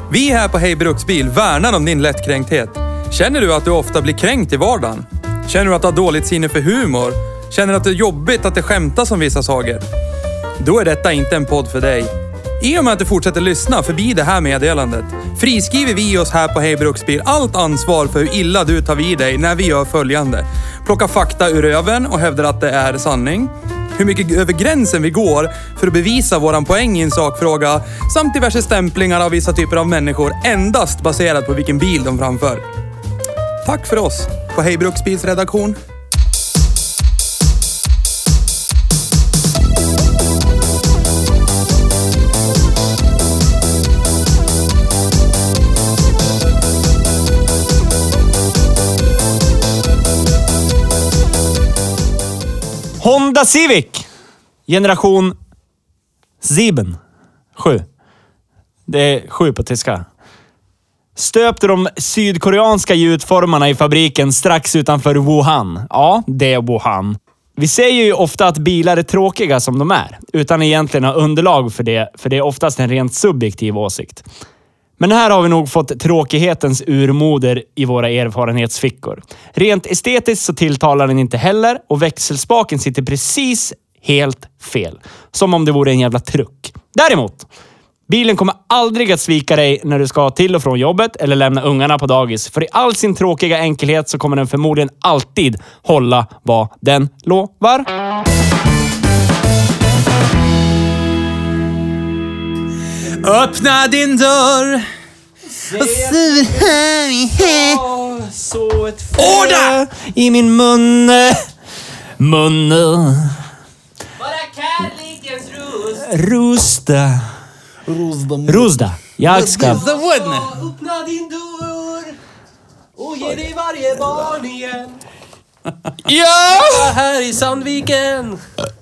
Vi här på Hej Bruksbil värnar om din lättkränkthet. Känner du att du ofta blir kränkt i vardagen? Känner du att du har dåligt sinne för humor? Känner du att det är jobbigt att det skämtas om vissa saker? Då är detta inte en podd för dig. I och med att du fortsätter lyssna förbi det här meddelandet friskriver vi oss här på Hej Bruksbil allt ansvar för hur illa du tar vid dig när vi gör följande. Plocka fakta ur röven och hävdar att det är sanning. Hur mycket över gränsen vi går för att bevisa våran poäng i en sakfråga samt diverse stämplingar av vissa typer av människor endast baserat på vilken bil de framför. Tack för oss på Hej Bruksbils redaktion. Honda Civic. Generation 7. Det är 7 på tyska. Stöpte de sydkoreanska gjutformarna i fabriken strax utanför Wuhan. Ja, det är Wuhan. Vi säger ju ofta att bilar är tråkiga som de är. Utan egentligen ha underlag för det. För det är oftast en rent subjektiv åsikt. Men här har vi nog fått tråkighetens urmoder i våra erfarenhetsfickor. Rent estetiskt så tilltalar den inte heller och växelspaken sitter precis helt fel. Som om det vore en jävla truck. Däremot, bilen kommer aldrig att svika dig när du ska till och från jobbet eller lämna ungarna på dagis. För i all sin tråkiga enkelhet så kommer den förmodligen alltid hålla vad den lovar. Öppna din dörr och se här. Så ett frö i min mun. Bara kärlekens rus. Rusda. Jag ska... Öppna din dörr och ge dig varje barn igen. Ja! Här i Sandviken.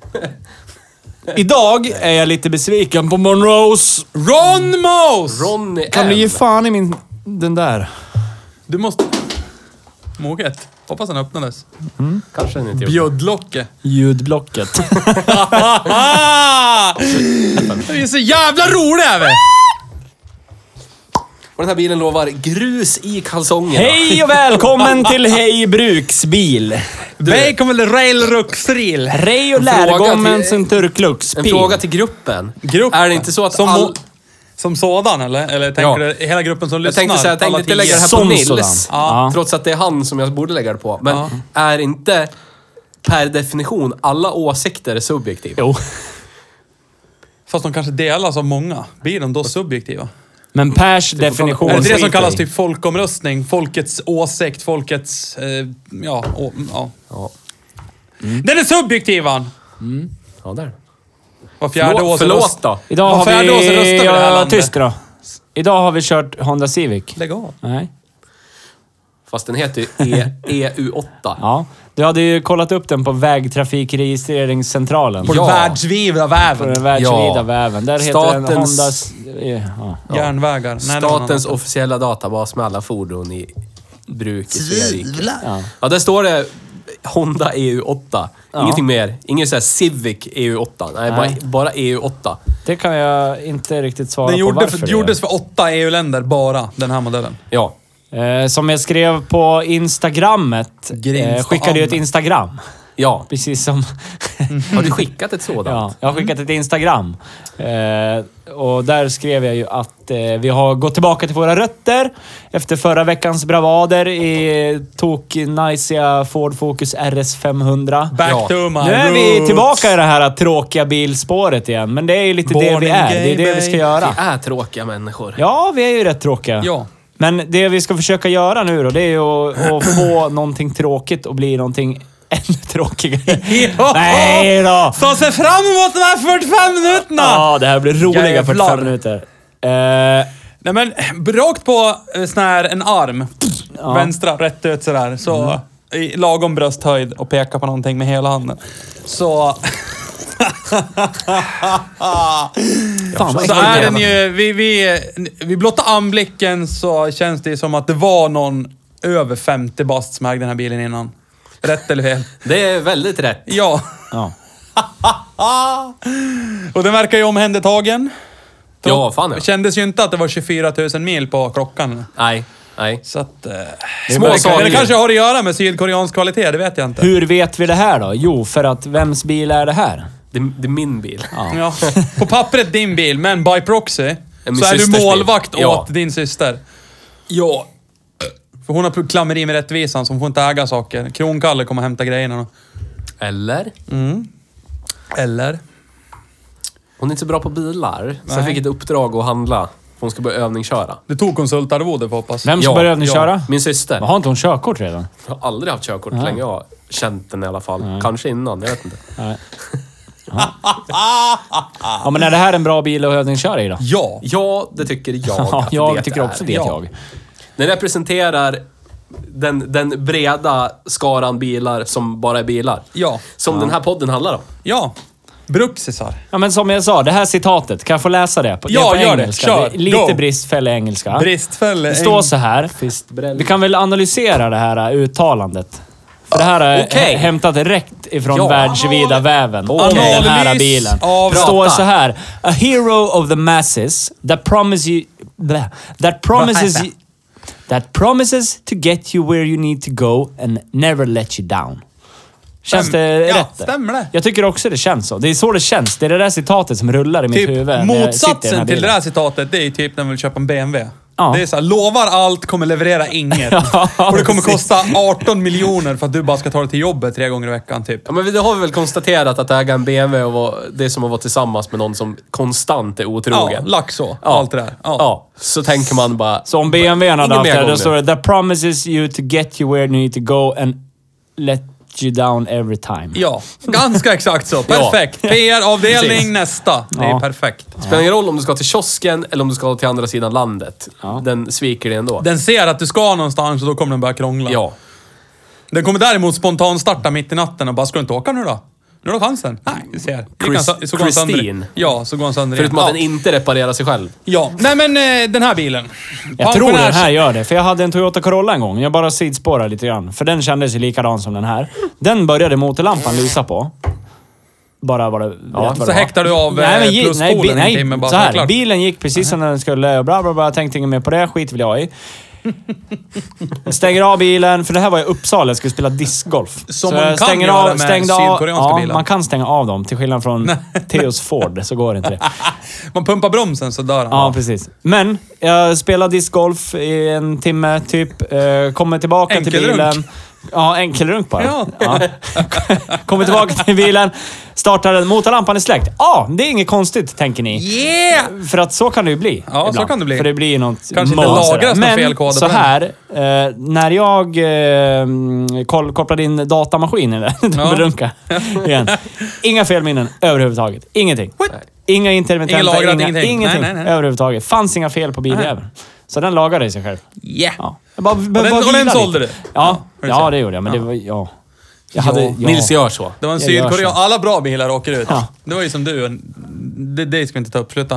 Idag är jag lite besviken på Monrose. Ron Mose! Ronny Kan du ge fan i min... Den där. Du måste... Moget. Hoppas den öppnades. Kanske den inte gjort. Bjödlocke. Ljudblocket. Det är så jävla roligt även. Och den här bilen lovar grus i kalsongerna. Hej och välkommen till Hej Bruksbil. Välkommen till Railruxril. Rej och En fråga lärgommen till- som turklux. En fråga till gruppen. Är det inte så att Som sådan eller? Eller tänker Ja. du hela gruppen som Jag lyssnar? tänkte säga, jag tänkte alla inte lägga det här Som på Nils. sådan. Ja. Trots att det är han som jag borde lägga det på. Men Ja. är inte per definition alla åsikter subjektiva? Jo. Fast de kanske delas av många. Blir de då subjektiva? Men Pers definition... Är det det som skiter kallas i. typ folkomröstning? Folkets åsikt, folkets... ja. Ja. Den är subjektiv, han! Ja, där. Var fjärde år så Förlåt då. Idag har Varför är det då så röstar vi i det här vi... landet? Tyst då. Idag har vi kört Honda Civic. Lägg av. Nej. Fast den heter ju EU8. Ja. Du hade ju kollat upp den på vägtrafikregistreringscentralen. På Ja. den världsvida På väven. den världsvida Ja. väven. Där heter den Statens- Hondas... Ja. Järnvägar. Nej, det var Statens någon annan. officiella databas med alla fordon i bruk i Sverige. Ja. Ja, där står det Honda EU8. Ingenting mer. Ingen sån här Civic EU8. Nej, bara EU8. Det kan jag inte riktigt svara Den på varför det gjordes för 8 EU-länder bara, den här modellen. Ja. Som jag skrev på Instagrammet. Grinsta Skickade ju ett Anna. Instagram. Ja. Precis som... Har du skickat ett sådant? Ja, jag har skickat ett Instagram. Och där skrev jag ju att vi har gått tillbaka till våra rötter efter förra veckans bravader i tok-najsiga Ford Focus RS 500. Back Ja. to my Nu är vi roots. tillbaka i det här tråkiga bilspåret igen. Men det är ju lite det Born vi in är. Det är det vi ska gay, göra. Vi är tråkiga människor. Ja, vi är ju rätt tråkiga. Ja. Men det vi ska försöka göra nu då, det är ju att få någonting tråkigt och bli någonting ännu tråkigare. Ja. Nej då! Så se fram emot de här 45 minuterna! Ja, det här blir roliga Jävlar. 45 minuter. Nej men, rakt på sån här en arm. Vänstra, rätt ut sådär. Så i lagom brösthöjd och peka på någonting med hela handen. Så... Fan, vad Så äckligt. är den ju... Vid blotta anblicken så känns det som att det var någon över 50 bast som ägde den här bilen innan. Rätt eller fel? Det är väldigt rätt. Ja. Ja. Och den verkar ju omhändertagen. Ja, fan ja. Det kändes ju inte att det var 24 000 mil på klockan. Nej. Så att... Små saker. Det kanske har att göra med sydkoreansk kvalitet, det vet jag inte. Hur vet vi det här då? Jo, för att vems bil är det här? Det är min bil. Ja. På pappret din bil, men by proxy Min så är du systers målvakt bil. Ja. åt din syster. Ja. För hon har klammeri med rättvisan, så hon får inte äga saker. Kronkalle kommer hämta grejerna. Eller? Eller? Hon är inte så bra på bilar. Så jag Nej. fick ett uppdrag att handla. Hon ska börja övningsköra. Du tog konsultarvode för hoppas. Vem ska Ja, börja övningsköra? Min syster. Har inte hon körkort redan? Jag har aldrig haft körkort så länge jag har känt den i alla fall. Kanske innan, jag vet inte. Nej. Ja, men är det här en bra bil att övningsköra i då? Ja. Ja, det tycker jag Ja, att jag det tycker är. också det, Ja. jag. Den representerar den breda skaran bilar som bara är bilar. Ja. Som den här podden handlar om. Ja. Bruxisar. Ja, men som jag sa, det här citatet, kan jag få läsa det? Det är Ja, på gör det. engelska. Kör. Det är lite Go. bristfällig engelska. Bristfällig. Det står så här. Vi kan väl analysera det här uttalandet. För det här är Okej. hämtat direkt ifrån Ja. världsvida väven. Okej. Den här Analys bilen. av Det står data. så här. A hero of the masses that promises to get you where you need to go and never let you down. Känns det Ja, rätt? stämmer det. Jag tycker också det känns så. Det är så det känns. Det är det där citatet som rullar i mitt huvud. när jag sitter i den här Motsatsen till det bilen. där citatet, det är typ när man vill köpa en BMW. Ja. Det är så här, lovar allt, kommer leverera inget. Och det kommer kosta 18 miljoner för att du bara ska ta dig till jobbet 3 gånger i veckan, typ. Ja, men det har vi väl konstaterat att äga en BMW och det är som att vara tillsammans med någon som konstant är Ja, otrogen. laxå. Ja. Allt det där. Ja. Så tänker man bara... Så om BMWn hade Ingen haft mer det, då gånger. står det "That promises you to get you where you need to go and let you down every time." Ja, ganska exakt så. Perfekt. PR-avdelning Precis. nästa. Det är Ja. perfekt. Spelar ingen roll om du ska till kiosken eller om du ska till andra sidan landet. Ja. Den sviker dig ändå. Den ser att du ska någonstans och då kommer den börja krångla. Ja. Den kommer däremot spontant starta mitt i natten och bara, ska du inte åka nu då? Nu har du chansen. Nej, du ser. Så går han sönder. Christine. Ja, så går han sönder Förutom igen. att den inte reparerar sig själv. Ja. Nej men den här bilen. Jag tror Pensionärs- den här gör det, för jag hade en Toyota Corolla en gång. Jag bara sidspårar lite grann, för den kändes ju likadan som den här. Den började motorlampan lysa på. Bara vad det vet vad Så det var. häktar du av pluspolen en timme bara så för här. klart. Bilen gick precis som den skulle och bla bla bla. Jag tänkte inget mer på det. Skit vill jag i. Jag stänger av bilen, för det här var i Uppsala. Jag skulle spela discgolf. Som Så man jag kan stänger göra av, med stängde av. sydkoreanska Ja, bilar. man kan stänga av dem. Till skillnad från Theos Ford, så går det inte det. Man pumpar bromsen så dör han. Ja, precis. Men jag spelade discgolf i en timme typ. Kommer tillbaka till Enkelrunk. bilen. Ja, enkelrunk bara. Ja. Kommer tillbaka till bilen. Startar den. Motorlampan är släckt. Ja, det är inget konstigt, tänker ni. Yeah! För att så kan det ju bli. Ja, så ibland. kan det bli. För det blir något Kanske inte mönster där. lagras några Men felkoder så på den. här, när jag kopplade in datamaskinen där, Ja. runka igen. Inga felminnen överhuvudtaget. Ingenting. What? Inga intermittenter, Ingen lagrat, ingenting. ingenting Nej. överhuvudtaget. Fanns inga fel på biljäveln. Så den lagade sig själv. Yeah! Ja. Jag bara, Och den vila sålde lite. du? Ja, Ja, ja, det gjorde jag. Men det var... Ja. Jag hade... Ja. Nils gör så. Det var en Jag gör sydkorean. så. Alla bra bilar åker ut. Ja. Det var ju som du. Det ska vi inte ta upp. Sluta.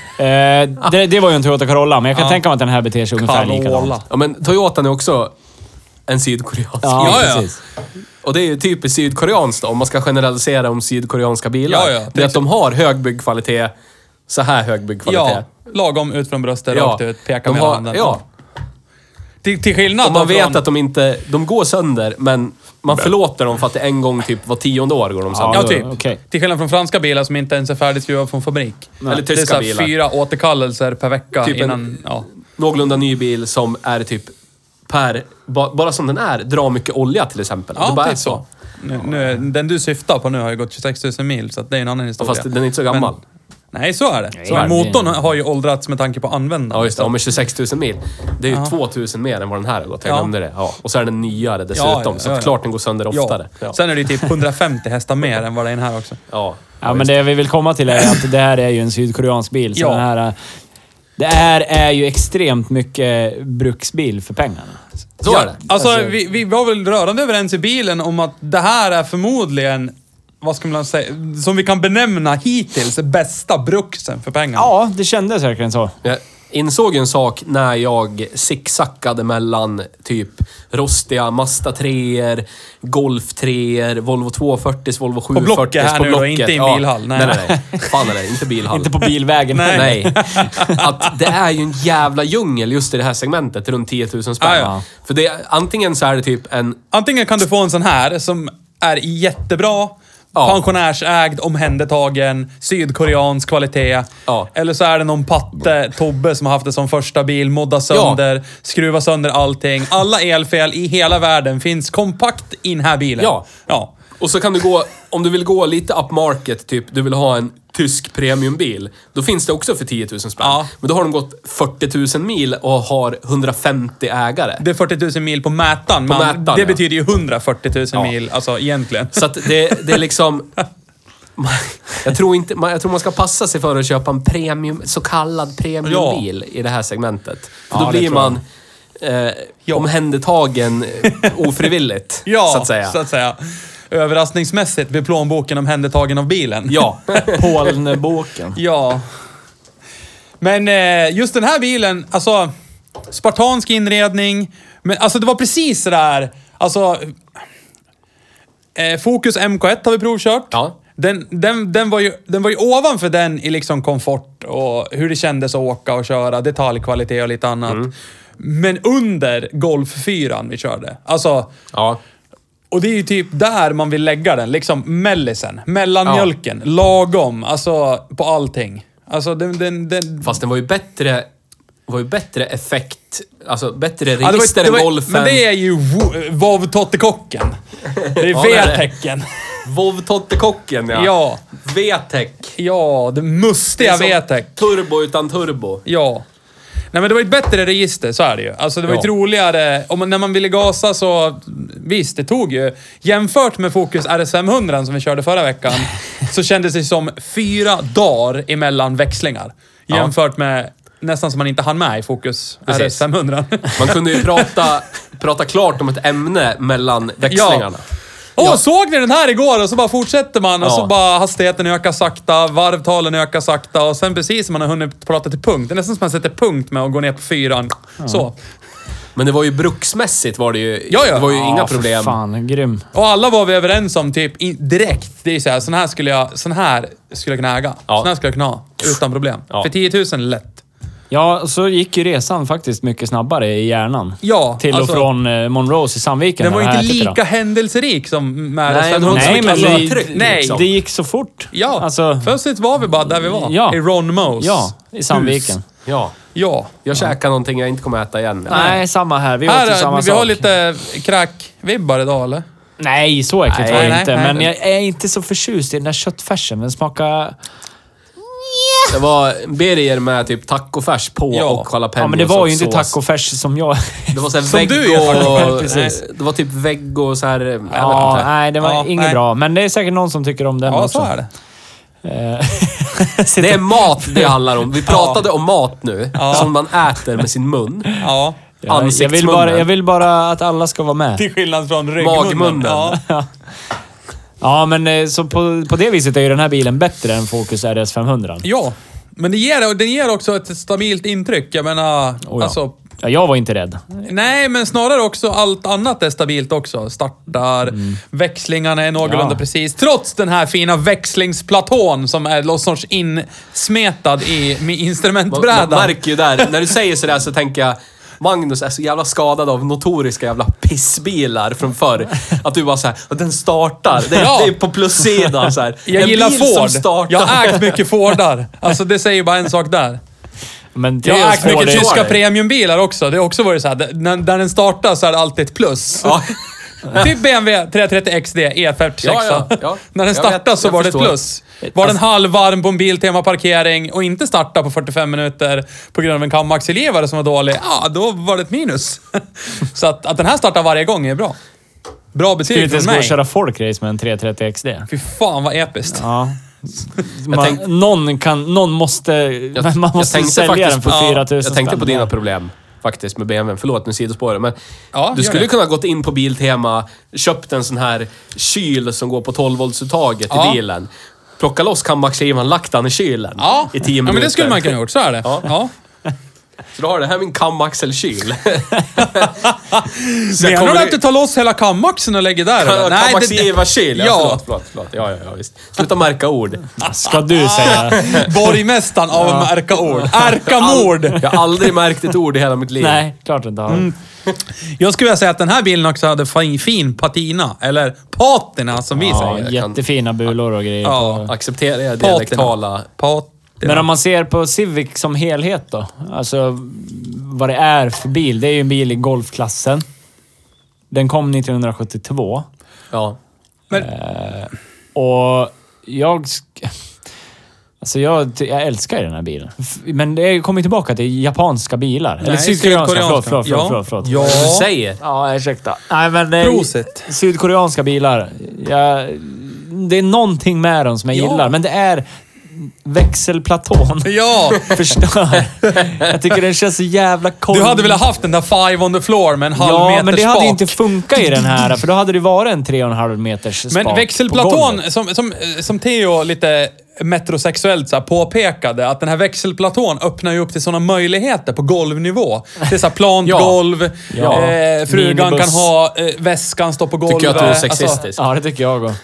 Det var ju en Toyota Corolla, men jag kan Ja. tänka mig att den här beter sig ungefär likadant. Corolla. Ja, men Toyotan är också en sydkoreansk. Ja, Ja, ja. precis. Och det är ju typiskt sydkoreanskt då, om man ska generalisera om sydkoreanska bilar. Ja, ja. Det är att de har hög byggkvalitet. Så här hög byggkvalitet. Ja, lagom ut från bröstet, Ja. rakt ut, peka De med har- handen. ja. Till skillnad Och man då vet från- att de inte... De går sönder, men man förlåter dem för att det en gång typ var 10:e år går de sönder. Ja, Ja, typ. okej. Till skillnad från franska bilar som inte ens är färdigskruvade från fabrik. Eller Det är tyska så här bilar. 4 återkallelser per vecka Typ innan... Ja. Någorlunda ny bil som är typ bara som den är, drar mycket olja till exempel. Det Ja, bara är typ så. Nu, den du syftar på nu har ju gått 26 000 mil, så att det är en annan historia. Fast den är inte så gammal. Nej, så är det. Så Nej, motorn har ju åldrats med tanke på användande. Ja, just det. Och med 26 000 mil. Det är ju 2 000 mer än vad den här har gått. Jag Ja. glömde det. Ja. Och så är den nyare dessutom. Så att klart den går sönder oftare. Ja. Sen är det ju typ 150 hästar mer än vad det är den här också. Ja. Ja, men det vi vill komma till är att det här är ju en sydkoreansk bil. Så Ja. den här, det här är ju extremt mycket bruksbil för pengarna. Så är det. Alltså, vi var väl rörande överens i bilen om att det här är förmodligen, vad ska man säga, som vi kan benämna hittills, bästa bruksen för pengarna. Ja, det kändes verkligen så. insåg en sak när jag zigzackade mellan typ rostiga Mazda 3, Golf 3, Volvo 240, Volvo 740 på Blocket här nu då, inte i en bilhall. Nej. Fan eller inte bilhall. Inte på bilvägen. Nej. Att det är ju en jävla djungel just i det här segmentet, runt 10 000 spänn. Ja. För det, antingen så är det typ en... Antingen kan du få en sån här som är jättebra, pensionärsägd, omhändertagen, sydkoreansk kvalitet. Ja. Eller så är det någon patte, Tobbe, som har haft det som första bil, modda sönder, skruva sönder allting. Alla elfel i hela världen finns kompakt i den här bilen. Ja. Och så kan du gå, om du vill gå lite upmarket, typ du vill ha en tysk premiumbil, då finns det också för 10 000 spänn. Ja. Men då har de gått 40 000 mil och har 150 ägare. Det är 40 000 mil på mätaren, men det betyder ju 140 000 mil, alltså egentligen. Så att det är liksom... Jag tror man ska passa sig för att köpa en premium, så kallad premiumbil i det här segmentet. För då blir man omhändertagen ofrivilligt, så att säga. Överraskningsmässigt blir plånboken omhändertagen av bilen. Ja. Polnboken. Ja. Men just den här bilen, alltså spartansk inredning, men alltså det var precis sådär, alltså Focus MK1 har vi provkört. Ja. Den var ju ovanför den i liksom komfort och hur det kändes att åka och köra, detaljkvalitet och lite annat. Men under Golf 4 vi körde. Alltså, och det är ju typ där man vill lägga den. Liksom mellisen, mellanmjölken, lagom. Alltså på allting. Alltså den... Fast den var ju bättre effekt, alltså bättre register än Golfen. Men det är ju Vov-Tottekocken. Det är V-tecken. Vov-Tottekocken, Ja. V-tech. Ja, det mustiga V-tech. Turbo utan turbo. Ja. Nej, men det var ett bättre register, så är det ju. Alltså det var ju roligare. När man ville gasa så... Visst, det tog ju... Jämfört med Focus RS500 som vi körde förra veckan, så kändes det som 4 dagar emellan växlingar. Jämfört med... Nästan som man inte hann med i Focus RS500. Man kunde ju prata klart om ett ämne mellan växlingarna. Såg ni den här igår? Och så bara fortsätter man och så bara hastigheten ökar sakta, varvtalen ökar sakta och sen precis som man har hunnit prata till punkt. Det är nästan som man sätter punkt med att gå ner på 4. Så. Men det var ju bruksmässigt var det ju... Ja. Det var ju inga problem. Fan, grym. Och alla var vi överens om typ direkt. Det är ju såhär, sån här skulle jag kunna äga. Sån här skulle jag kunna ha utan problem. För 10 000 lätt. Ja, så gick ju resan faktiskt mycket snabbare i hjärnan. Ja, till och från Monrose i Sandviken. Den var ju inte lika händelserik som med det gick så fort. Ja, alltså, först var vi bara där vi var. I Ron Mose. Ja, i Sandviken. Ja. Jag käkade någonting jag inte kommer äta igen. Nej, samma här. Vi åt samma sak. Vi har lite kräkvibbar idag, eller? Nej, så äckligt var det inte. Nej. Men jag är inte så förtjust i den där köttfärsen. Den smakar... Det var Birger med typ tacofärs på och jalapenos. Ja, men det var ju inte tacofärs som jag... Det var så här som du gör precis. Det var typ veggo och så här... Nej, det var inget bra. Men det är säkert någon som tycker om den också. Ja, så är det. Det är mat det handlar om. Vi pratade om mat nu, som man äter med sin mun. Ja. Jag vill bara att alla ska vara med. Till skillnad från ryggmunnen. Magmunnen. Ja, men så på det viset är ju den här bilen bättre än Focus RS500. Ja, men den ger också ett stabilt intryck. Jag menar, alltså... Ja, jag var inte rädd. Nej, men snarare också allt annat är stabilt också. Startar, växlingarna är någorlunda precis. Trots den här fina växlingsplatån som är någon sorts insmetad med instrumentbrädan. Man märker ju där, när du säger sådär så tänker jag Magnus är så jävla skadad av notoriska jävla pissbilar från förr. Att du bara såhär, den startar. Det är på plussidan så här. Jag gillar Ford. Jag har ägt mycket Fordar. Alltså det säger bara en sak där. Men jag har ägt mycket tyska premiumbilar också. Det har också varit såhär, när den startar så är det alltid ett plus. Ja. Typ BMW 330 XD E46. När den startar så var det ett plus. Var den halvvarm på en Biltema-parkering och inte starta på 45 minuter på grund av en kamaxelevare som var dålig, då var det ett minus. Så att den här startar varje gång är bra. Bra betyg från mig. Ska köra folkrace med en 330 XD? Fy fan vad episkt. Ja. Någon måste... Man måste sälja den för 4 000 Jag tänkte på dina problem faktiskt med BMW. Förlåt, nu sidospåret. Men du skulle kunna gått in på Biltema, köpt en sån här kyl som går på 12-voltsuttaget i bilen. Plocka loss kambackskivan, lagt den i kylen i 10 minuter. Ja, men det skulle man kunna gjort. Så är det. Ja. Så då har det här min kamaxelkyl. Menar du att du tar loss hela kamaxeln och lägger där? Eller? Nej, Kamaxiva-kyl. Ja. Förlåt. Ja, visst. Sluta märka ord. Ska du säga? Borgmästaren av märka ord. Ärkamord. Jag har aldrig märkt ett ord i hela mitt liv. Nej, klart inte har. Jag skulle vilja säga att den här bilen också hade fin patina. Eller patina som vi Ja, säger. jättefina bulor och grejer. Ja. på. Accepterar jag dialektala... Patina. Men om man ser på Civic som helhet då? Alltså, vad det är för bil. Det är ju en bil i golfklassen. Den kom 1972. Ja. Men, Och jag älskar den här bilen. Men det kommer tillbaka till japanska bilar. Eller sydkoreanska. Förlåt. Ja. Du säger. Ja, ursäkta. Nej, men Prosit. sydkoreanska bilar. Det är någonting med dem som jag gillar. Men det är växelplatån. Ja. Förstör. Jag tycker den känns så jävla konstig. Du hade velat haft den där 5 on the floor med en halv Ja, meter men det hade spak. ju inte funkat i den här. För då hade det varit en 3,5 meters spak. Men på växelplatån, golvet. som Theo lite metrosexuellt så här påpekade, att den här växelplatån öppnar ju upp till sådana möjligheter på golvnivå. Det är så här plant golv, frugan Minibus. kan ha väskan stå på golvet. Tycker jag att du är sexistisk? Ja, det tycker jag också.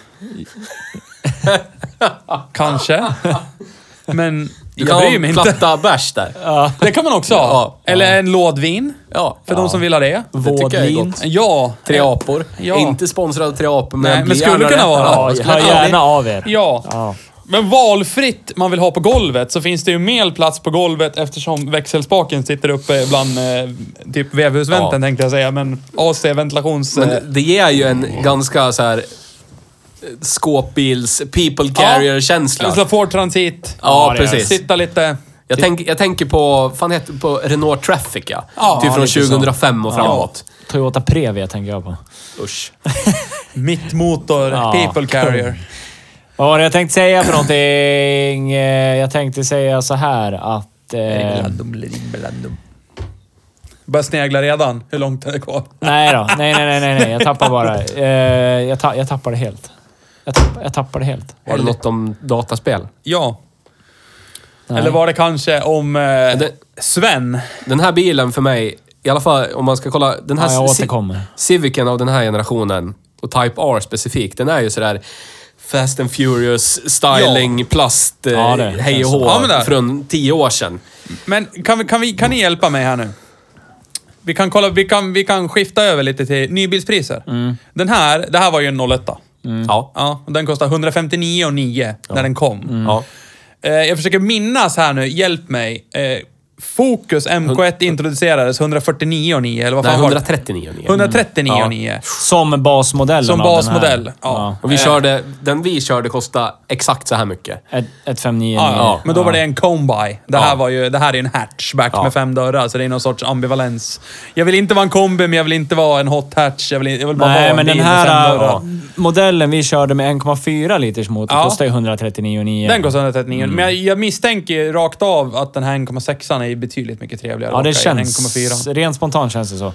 Kanske. Men Du jag bryr kan mig inte. platta bärs där. Det kan man också ha. Ja. Eller en lådvin. Ja. För de som vill ha det. Det tycker jag är Vådlin. gott. Ja. Tre apor. Ja. Inte sponsrad av Tre apor, Nej, men men skulle gärna kunna det. vara. Ja, skulle hör kunna. gärna av er. Ja. Men valfritt man vill ha på golvet så finns det ju mer plats på golvet eftersom växelspaken sitter uppe bland typ vevhusvänten tänkte jag säga. Men AC-ventilations... Men det ger ju en ganska så här skåpbils people carrier-känsla. Alltså Ford Transit. Ja, det är det. precis. Sitta lite... Jag tänker på, på Renault Traffic, ja. Ja, typ från lite så. 2005 och framåt. Toyota Previa tänker jag på. Usch. Mittmotor, Ja. people carrier. Vad var det jag tänkte säga för någonting? Jag tänkte säga så här att... Börjar snegla redan. Hur långt är det kvar? Nej då. Nej. Jag tappar bara. Jag tappar det helt. Jag tappar det helt. Var det något om dataspel? Ja. Nej. Eller var det kanske om Sven? Den här bilen för mig, i alla fall om man ska kolla... Den här Ja, jag återkommer. Civicen av den här generationen, och Type R specifikt, den är ju sådär Fast and Furious styling, plast, Ja, det hej och känns hå, Ja, men där. från 10 år sedan. Men kan ni hjälpa mig här nu? Vi kan kolla, vi kan skifta över lite till nybilspriser. Det här var ju en 01. Ja. Ja, och den kostade 159,9 när den kom. Ja. Jag försöker minnas här nu, hjälp mig. Focus MK1 introducerades 149,9 eller vad Nej, fan var det? 139,9. 139,9. Som basmodellen Som av den här. basmodell. Ja. Och den vi körde kostade exakt så här mycket. 159. Ja, men då var det en combi. Det här är ju en hatchback Ja. med 5 dörrar, så det är någon sorts ambivalens. Jag vill inte vara en kombi, men jag vill inte vara en hot hatch. Jag vill bara vara Nej, en men bil den med 5 här dörrar. modellen vi körde med 1,4 liters motor Ja. kostar ju 139,9. Den kostar 139. Men jag misstänker rakt av att den här 1,6 är betydligt mycket trevligare. Ja, det att åka än känns... 1,4. Rent spontant känns det så.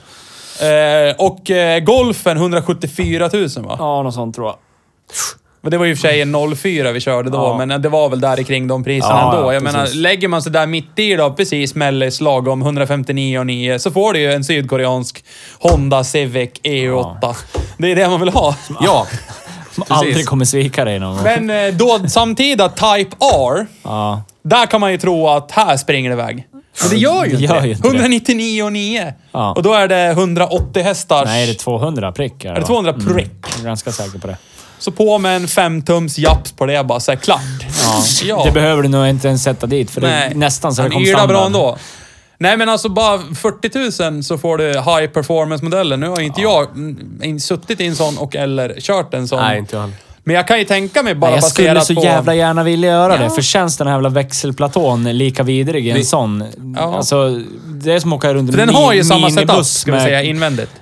Och Golfen 174 000 va? Ja, något sånt tror jag. Men det var ju i och för sig en 04 vi körde då, Ja. men det var väl där kring de priserna Ja, ändå. ja, Jag menar, precis. lägger man sig där mitt i då, precis mellis lagom 159,9 så får du ju en sydkoreansk Honda Civic EU8. Det är det man vill ha. Ja. Som aldrig kommer svika dig någon gång. Men då samtida Type R, Ja. där kan man ju tro att här springer det iväg. Men det gör ju Det inte gör det. ju inte det. 199,9. Ja. Och då är det 180 hästars... Nej, det är 200 prick. Är det 200 prick? Jag är ganska säker på det. Så på med en 5-tums japs på det, bara så här, klart. Ja. Det behöver du nog inte ens sätta dit, för det Nej. är nästan så det Han kom ylar standard. bra ändå. Nej, men alltså bara 40 000 så får du high performance-modellen. Nu har ju inte jag suttit i en sån och eller kört en sån. Nej, inte jag heller. Men jag kan ju tänka mig bara Nej, jag skulle baserat så på... jävla gärna vilja göra det. Ja. För känns den här jävla växelplatån lika vidrig i en sån? Ja. Alltså, det är som att åka runt För den har ju samma setup, ska vi säga, invändigt.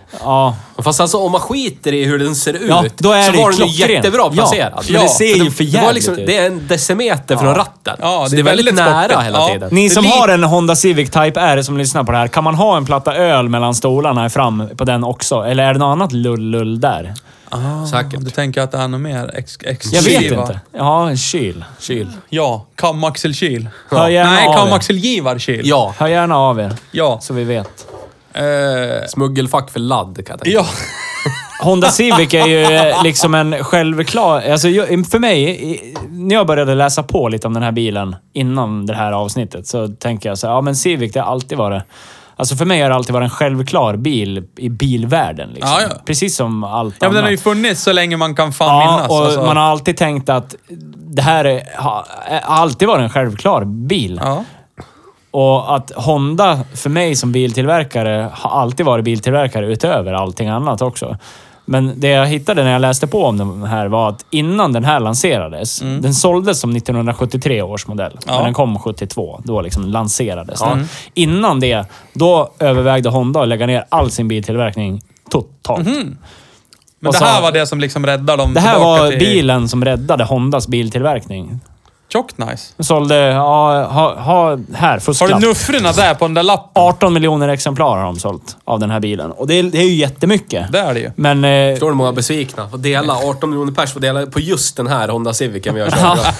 Ja. Fast alltså om man skiter i hur den ser ut, Ja, då är så det var den ju klockren. jättebra placerad. Ja, men det ser ju för det var jävligt liksom, ut. det är en decimeter från ratten. Ja, så det är väldigt nära hela tiden. Ni som Det har en Honda Civic Type R som lyssnar på det här, kan man ha en platta öl mellan stolarna fram på den också? Eller är det något annat lull där? Säkert. Du tänker att det är något mer Jag vet exklusiva? inte. Ja, en kyl. Ja, kamaxelkyl. Hör gärna Nej, av er. kamaxelgivarkyl. Ja. Hör gärna av er, Ja. så vi vet. Smuggelfack för ladd, kan jag tänka. Ja. Honda Civic är ju liksom en självklar... Alltså för mig, när jag började läsa på lite om den här bilen innan det här avsnittet, så tänker jag så här, ja men Civic, det har alltid varit... Alltså för mig har det alltid varit en självvar bil i bilvärlden. Liksom. Ja, ja. Precis som allt Ja, men annat. den har ju funnits så länge man kan fan minnas. och Alltså. man har alltid tänkt att det här har alltid varit en självklar bil. Ja. Och att Honda, för mig som biltillverkare, har alltid varit biltillverkare utöver allting annat också. Men det jag hittade när jag läste på om den här var att innan den här lanserades, den såldes som 1973 års modell. Ja. Men den kom 72, då liksom lanserades den. Innan det, då övervägde Honda att lägga ner all sin biltillverkning totalt. Men Och det så- här var det som liksom räddade dem Det här tillbaka var till... bilen som räddade Hondas biltillverkning. Tjockt nice. Den sålde, här, Har fusklapp. du nuffrorna där på den där lappen? 18 miljoner exemplar har de sålt av den här bilen. Och det är ju jättemycket. Det är det ju. Men... Förstår du hur många besvikna? Får dela 18 miljoner pers får dela på just den här Honda Civicen vi har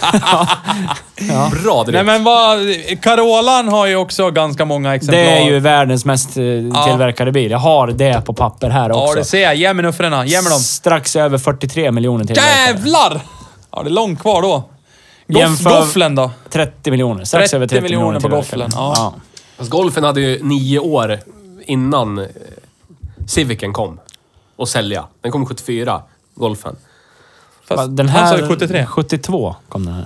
kört. Bra drift. Nej men vad... Carolan har ju också ganska många exemplar. det är ju världens mest tillverkade bil. Jag har det på papper här också. Ja, det ser jag. Ge mig nuffrorna. Ge mig dem. Strax över 43 miljoner tillverkade. Jävlar! Ja, det är långt kvar då. Jämför- Gofflen då? 30 miljoner. Strax 30 över 30 miljoner på tillverkade. Gofflen, ja. Fast Golfen hade ju 9 år innan Civicen kom. Och sälja. Den kom 74, Golfen. Fast Den han sa här... ju 73. 72 kom den här.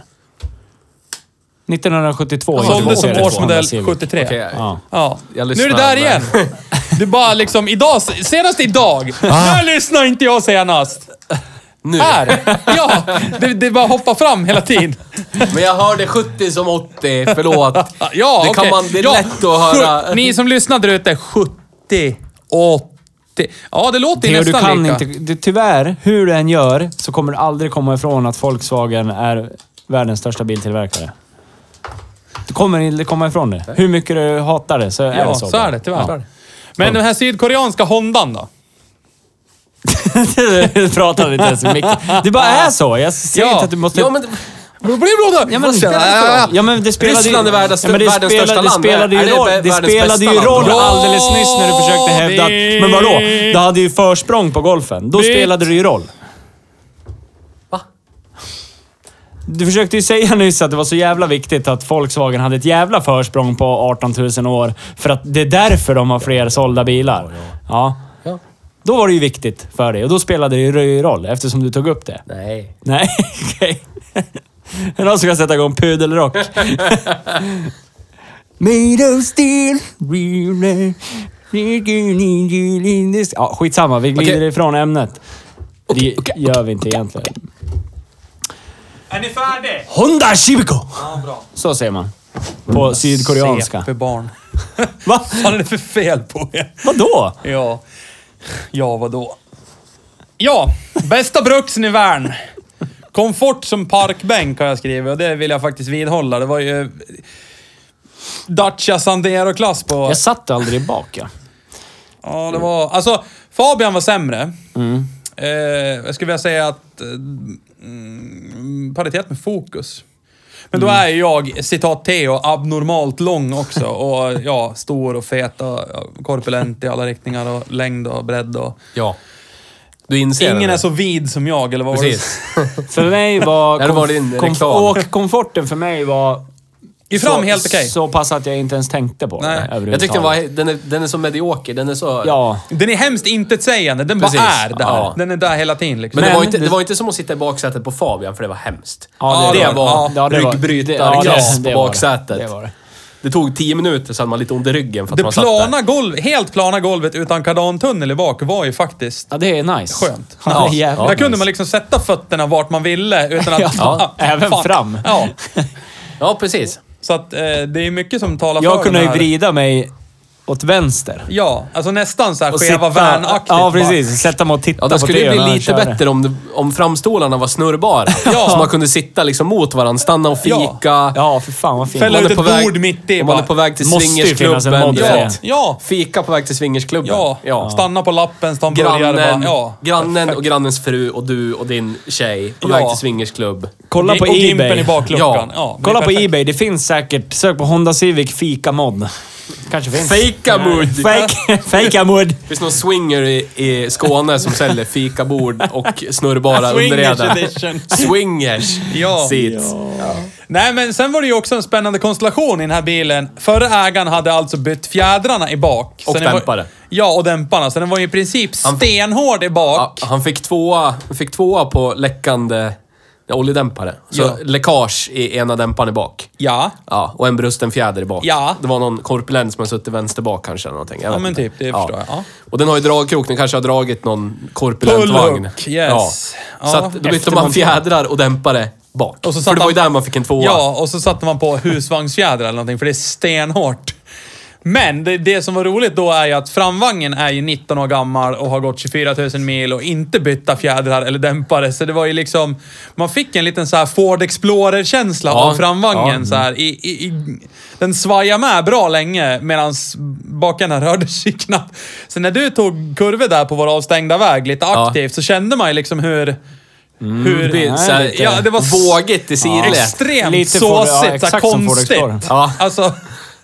1972. Han sålde som introducerades årsmodell Honda Civic. 73. Okej. Ja. Ja. Jag Nu är lyssnar, det där men- igen. Du bara liksom, idag, senast idag. Här lyssnar inte jag senast. Nu. Här! Ja, det bara hoppa fram hela tiden. Men jag hörde 70 som 80, förlåt. Ja, det, kan okej. man, det är Ja, lätt att höra. Ni som lyssnar där ute, 70, 80. Ja, det låter ju Theo, du nästan kan lika. inte... Tyvärr, hur du än gör, så kommer du aldrig komma ifrån att Volkswagen är världens största biltillverkare. Du kommer inte komma ifrån det. Hur mycket du hatar det, så är Ja, det så. så är det tyvärr. Ja. Men den här sydkoreanska Hondan då? Du pratade inte ens mycket. Det bara är så. Jag säger Ja. inte att du måste... Ja, men... Ja, men, ja, men det spelade Ryssland är världens men det största land. Det spelade ju Är det roll, det världens spelade bästa ju roll land? alldeles nyss när du försökte hävda att... Men vadå? Du hade ju försprång på golfen. Då spelade det ju roll. Va? Du försökte ju säga nyss att det var så jävla viktigt att Volkswagen hade ett jävla försprång på 18 000 år. För att det är därför de har fler sålda bilar. Ja. Ja. Då var det ju viktigt för dig och då spelade det ju roll eftersom du tog upp det. Nej. Nej, okej. Är det någon som kan sätta igång pudelrock? Made of steel, ja, skitsamma. Vi glider Okej. ifrån ämnet. Okej, Det okej. gör vi inte egentligen. Är ni färdiga? Honda Civico! Ja, bra. Så säger man. På sydkoreanska. För barn. Va? Vad är det för fel på er? Vadå? Ja. Ja, vadå? Ja, bästa bruksnivån. Komfort som parkbänk har jag skrivit och det vill jag faktiskt vidhålla. Det var ju Dacia Sandero-klass på... Jag satt aldrig bak, ja. Ja, det var... Alltså, Fabian var sämre. Jag skulle vilja säga att... paritet med Focus. Men då är ju jag, citat Theo, abnormalt lång också. Och ja, stor och fet och korpulent i alla riktningar och längd och bredd och... Ja. Du inser Ingen det. är så vid som jag, eller vad var det? Precis. För mig var... Det var din reklam. Åkkomforten för mig var... I fram helt okej. Så pass att jag inte ens tänkte på Nej. det Jag överhuvudtaget. tyckte den är så medioker. Den är så... Ja. Den är hemskt intetsägande. Den Precis. bara är där. Ja. Den är där hela tiden liksom. Men Men det var inte som att sitta i baksätet på Fabian, för det var hemskt. Ja, det, det- var ja, det var- ryggbrytarklass det på var det. baksätet. Det var det. Det tog 10 minuter så hade man lite ont i ryggen för att Det man satt där. plana golv, helt plana golvet utan kardantunnel i bak var ju faktiskt... Ja, det är nice. Skönt. Ja, det är jävligt Där kunde nice. man liksom sätta fötterna vart man ville utan att... Ja, även fram. Ja. Ja, precis. Så att det är mycket som talar Jag för kunde den ju här. vrida mig åt vänster. Ja, alltså nästan så här Och skeva värnaktigt. Ja, precis. Sätta mig och titta Ja, på det skulle ju det bli när han lite körde. bättre om framstolarna var snurrbara. Ja. Så man kunde sitta liksom mot varandra, stanna och fika. Ja, för fan vad fint. Fälla Om man ut är ett på väg- bord mitt i. Om man är Bara. på väg till Måste ju finnas en mod för swingersklubben. det. Ja. Fika på väg till swingersklubben. Ja. Stanna på lappen, ta en burgare. Bara. Grannen Perfekt. och grannens fru och du och din tjej på Ja. väg till swingersklubb. Kolla på och Gimpen eBay. i bakluckan. Ja. det är Kolla på perfekt. eBay. Det finns säkert. Sök på Honda Civic fika mod. Kanske finns. Fika-mood. Fika mod. Det finns någon swinger i Skåne som säljer fikabord och snurrbara Swingers underreden. edition. Swingers Ja. seats. Nej, men sen var det ju också en spännande konstellation i den här bilen. Förra ägaren hade alltså bytt fjädrarna i bak. Och Så den dämpare. Ja, och dämparna. Så den var ju i princip stenhård i bak. Ja, han fick tvåa på läckande oljedämpare. Så Ja. läckage i ena dämparen i bak. Ja. Ja, och en brusten fjäder i bak. Ja. Det var någon korpulent som har suttit vänster bak kanske eller någonting. Jag vet Ja, men inte. typ. Det förstår jag. Ja. Och den har ju dragkrok. Den kanske har dragit någon korpulent vagn. Pullhook, yes. Ja. Så Ja, att då bytte man fjädrar och dämpare bak. Och så För satt det var ju han- där man fick en tvåa. Ja, och så satte man på husvagnsfjädrar eller någonting, för det är stenhårt. Men det som var roligt då är ju att framvagnen är ju 19 år gammal och har gått 24 000 mil och inte bytta fjädrar eller dämpare. Så det var ju liksom... Man fick en liten så här Ford Explorer-känsla Ja, av framvagnen. ja. Så här, den svajar med bra länge medan bakarna rörde sig knappt. Så när du tog kurvor där på vår avstängda väg lite aktivt så kände man ju liksom hur... Det är så här, lite- Ja, det var vågigt i sidled. extremt Lite Ford- ja, såsigt, så här exakt som Ford Explorer. konstigt. Ja. Alltså,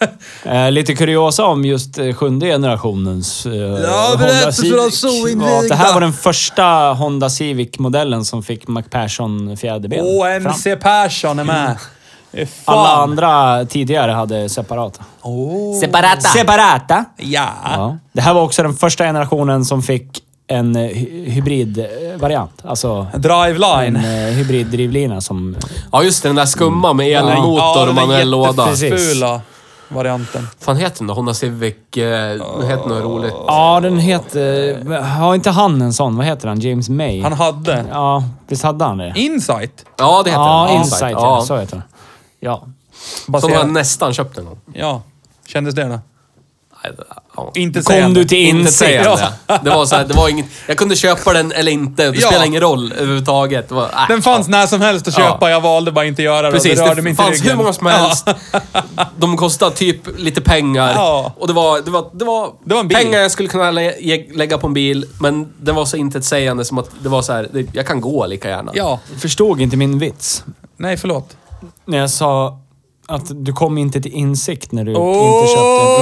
Lite kuriosa om just sjunde generationens Honda berätta Civic. för oss så invigda. Ja, det här var den första Honda Civic-modellen som fick McPherson fjäderben. fram. MC Persson är med. Fan. Alla andra tidigare hade separata. Separata. Ja. Ja. Det här var också den första generationen som fick en hybridvariant. Alltså Driveline. en hybriddrivlina som... Ja, just det. Den där skumma med elmotor och den manuell låda. Precis. jättefula varianten. Fan heter den då? Honda Civic... heter något roligt. Ja, den heter... Har inte han en sån? Vad heter han? James May? Han hade Ja, visst hade han det? Insight. Ja, det heter Ja, den. Insight. Ja, så heter den. Ja. Som har Baserat. nästan köpt den. Ja. Kändes det då? Nej, ja. Inte Kom sägande. du till Inte insikt? sägande. Det var så här, det var inget... Jag kunde köpa den eller inte. Det Ja. spelar ingen roll överhuvudtaget. Det var, Den fanns när som helst att köpa. Ja. Jag valde bara inte göra det. Precis, Det rörde mig det inte i fanns ryggen. hur många som helst. De kostade typ lite pengar. Ja. Och det var en bil. pengar jag skulle kunna lägga på en bil, men den var så intetsägande som att det var så här, jag kan gå lika gärna. Ja. Förstod inte min vits. Nej, förlåt. När jag sa att du kom inte till insikt när du inte köpte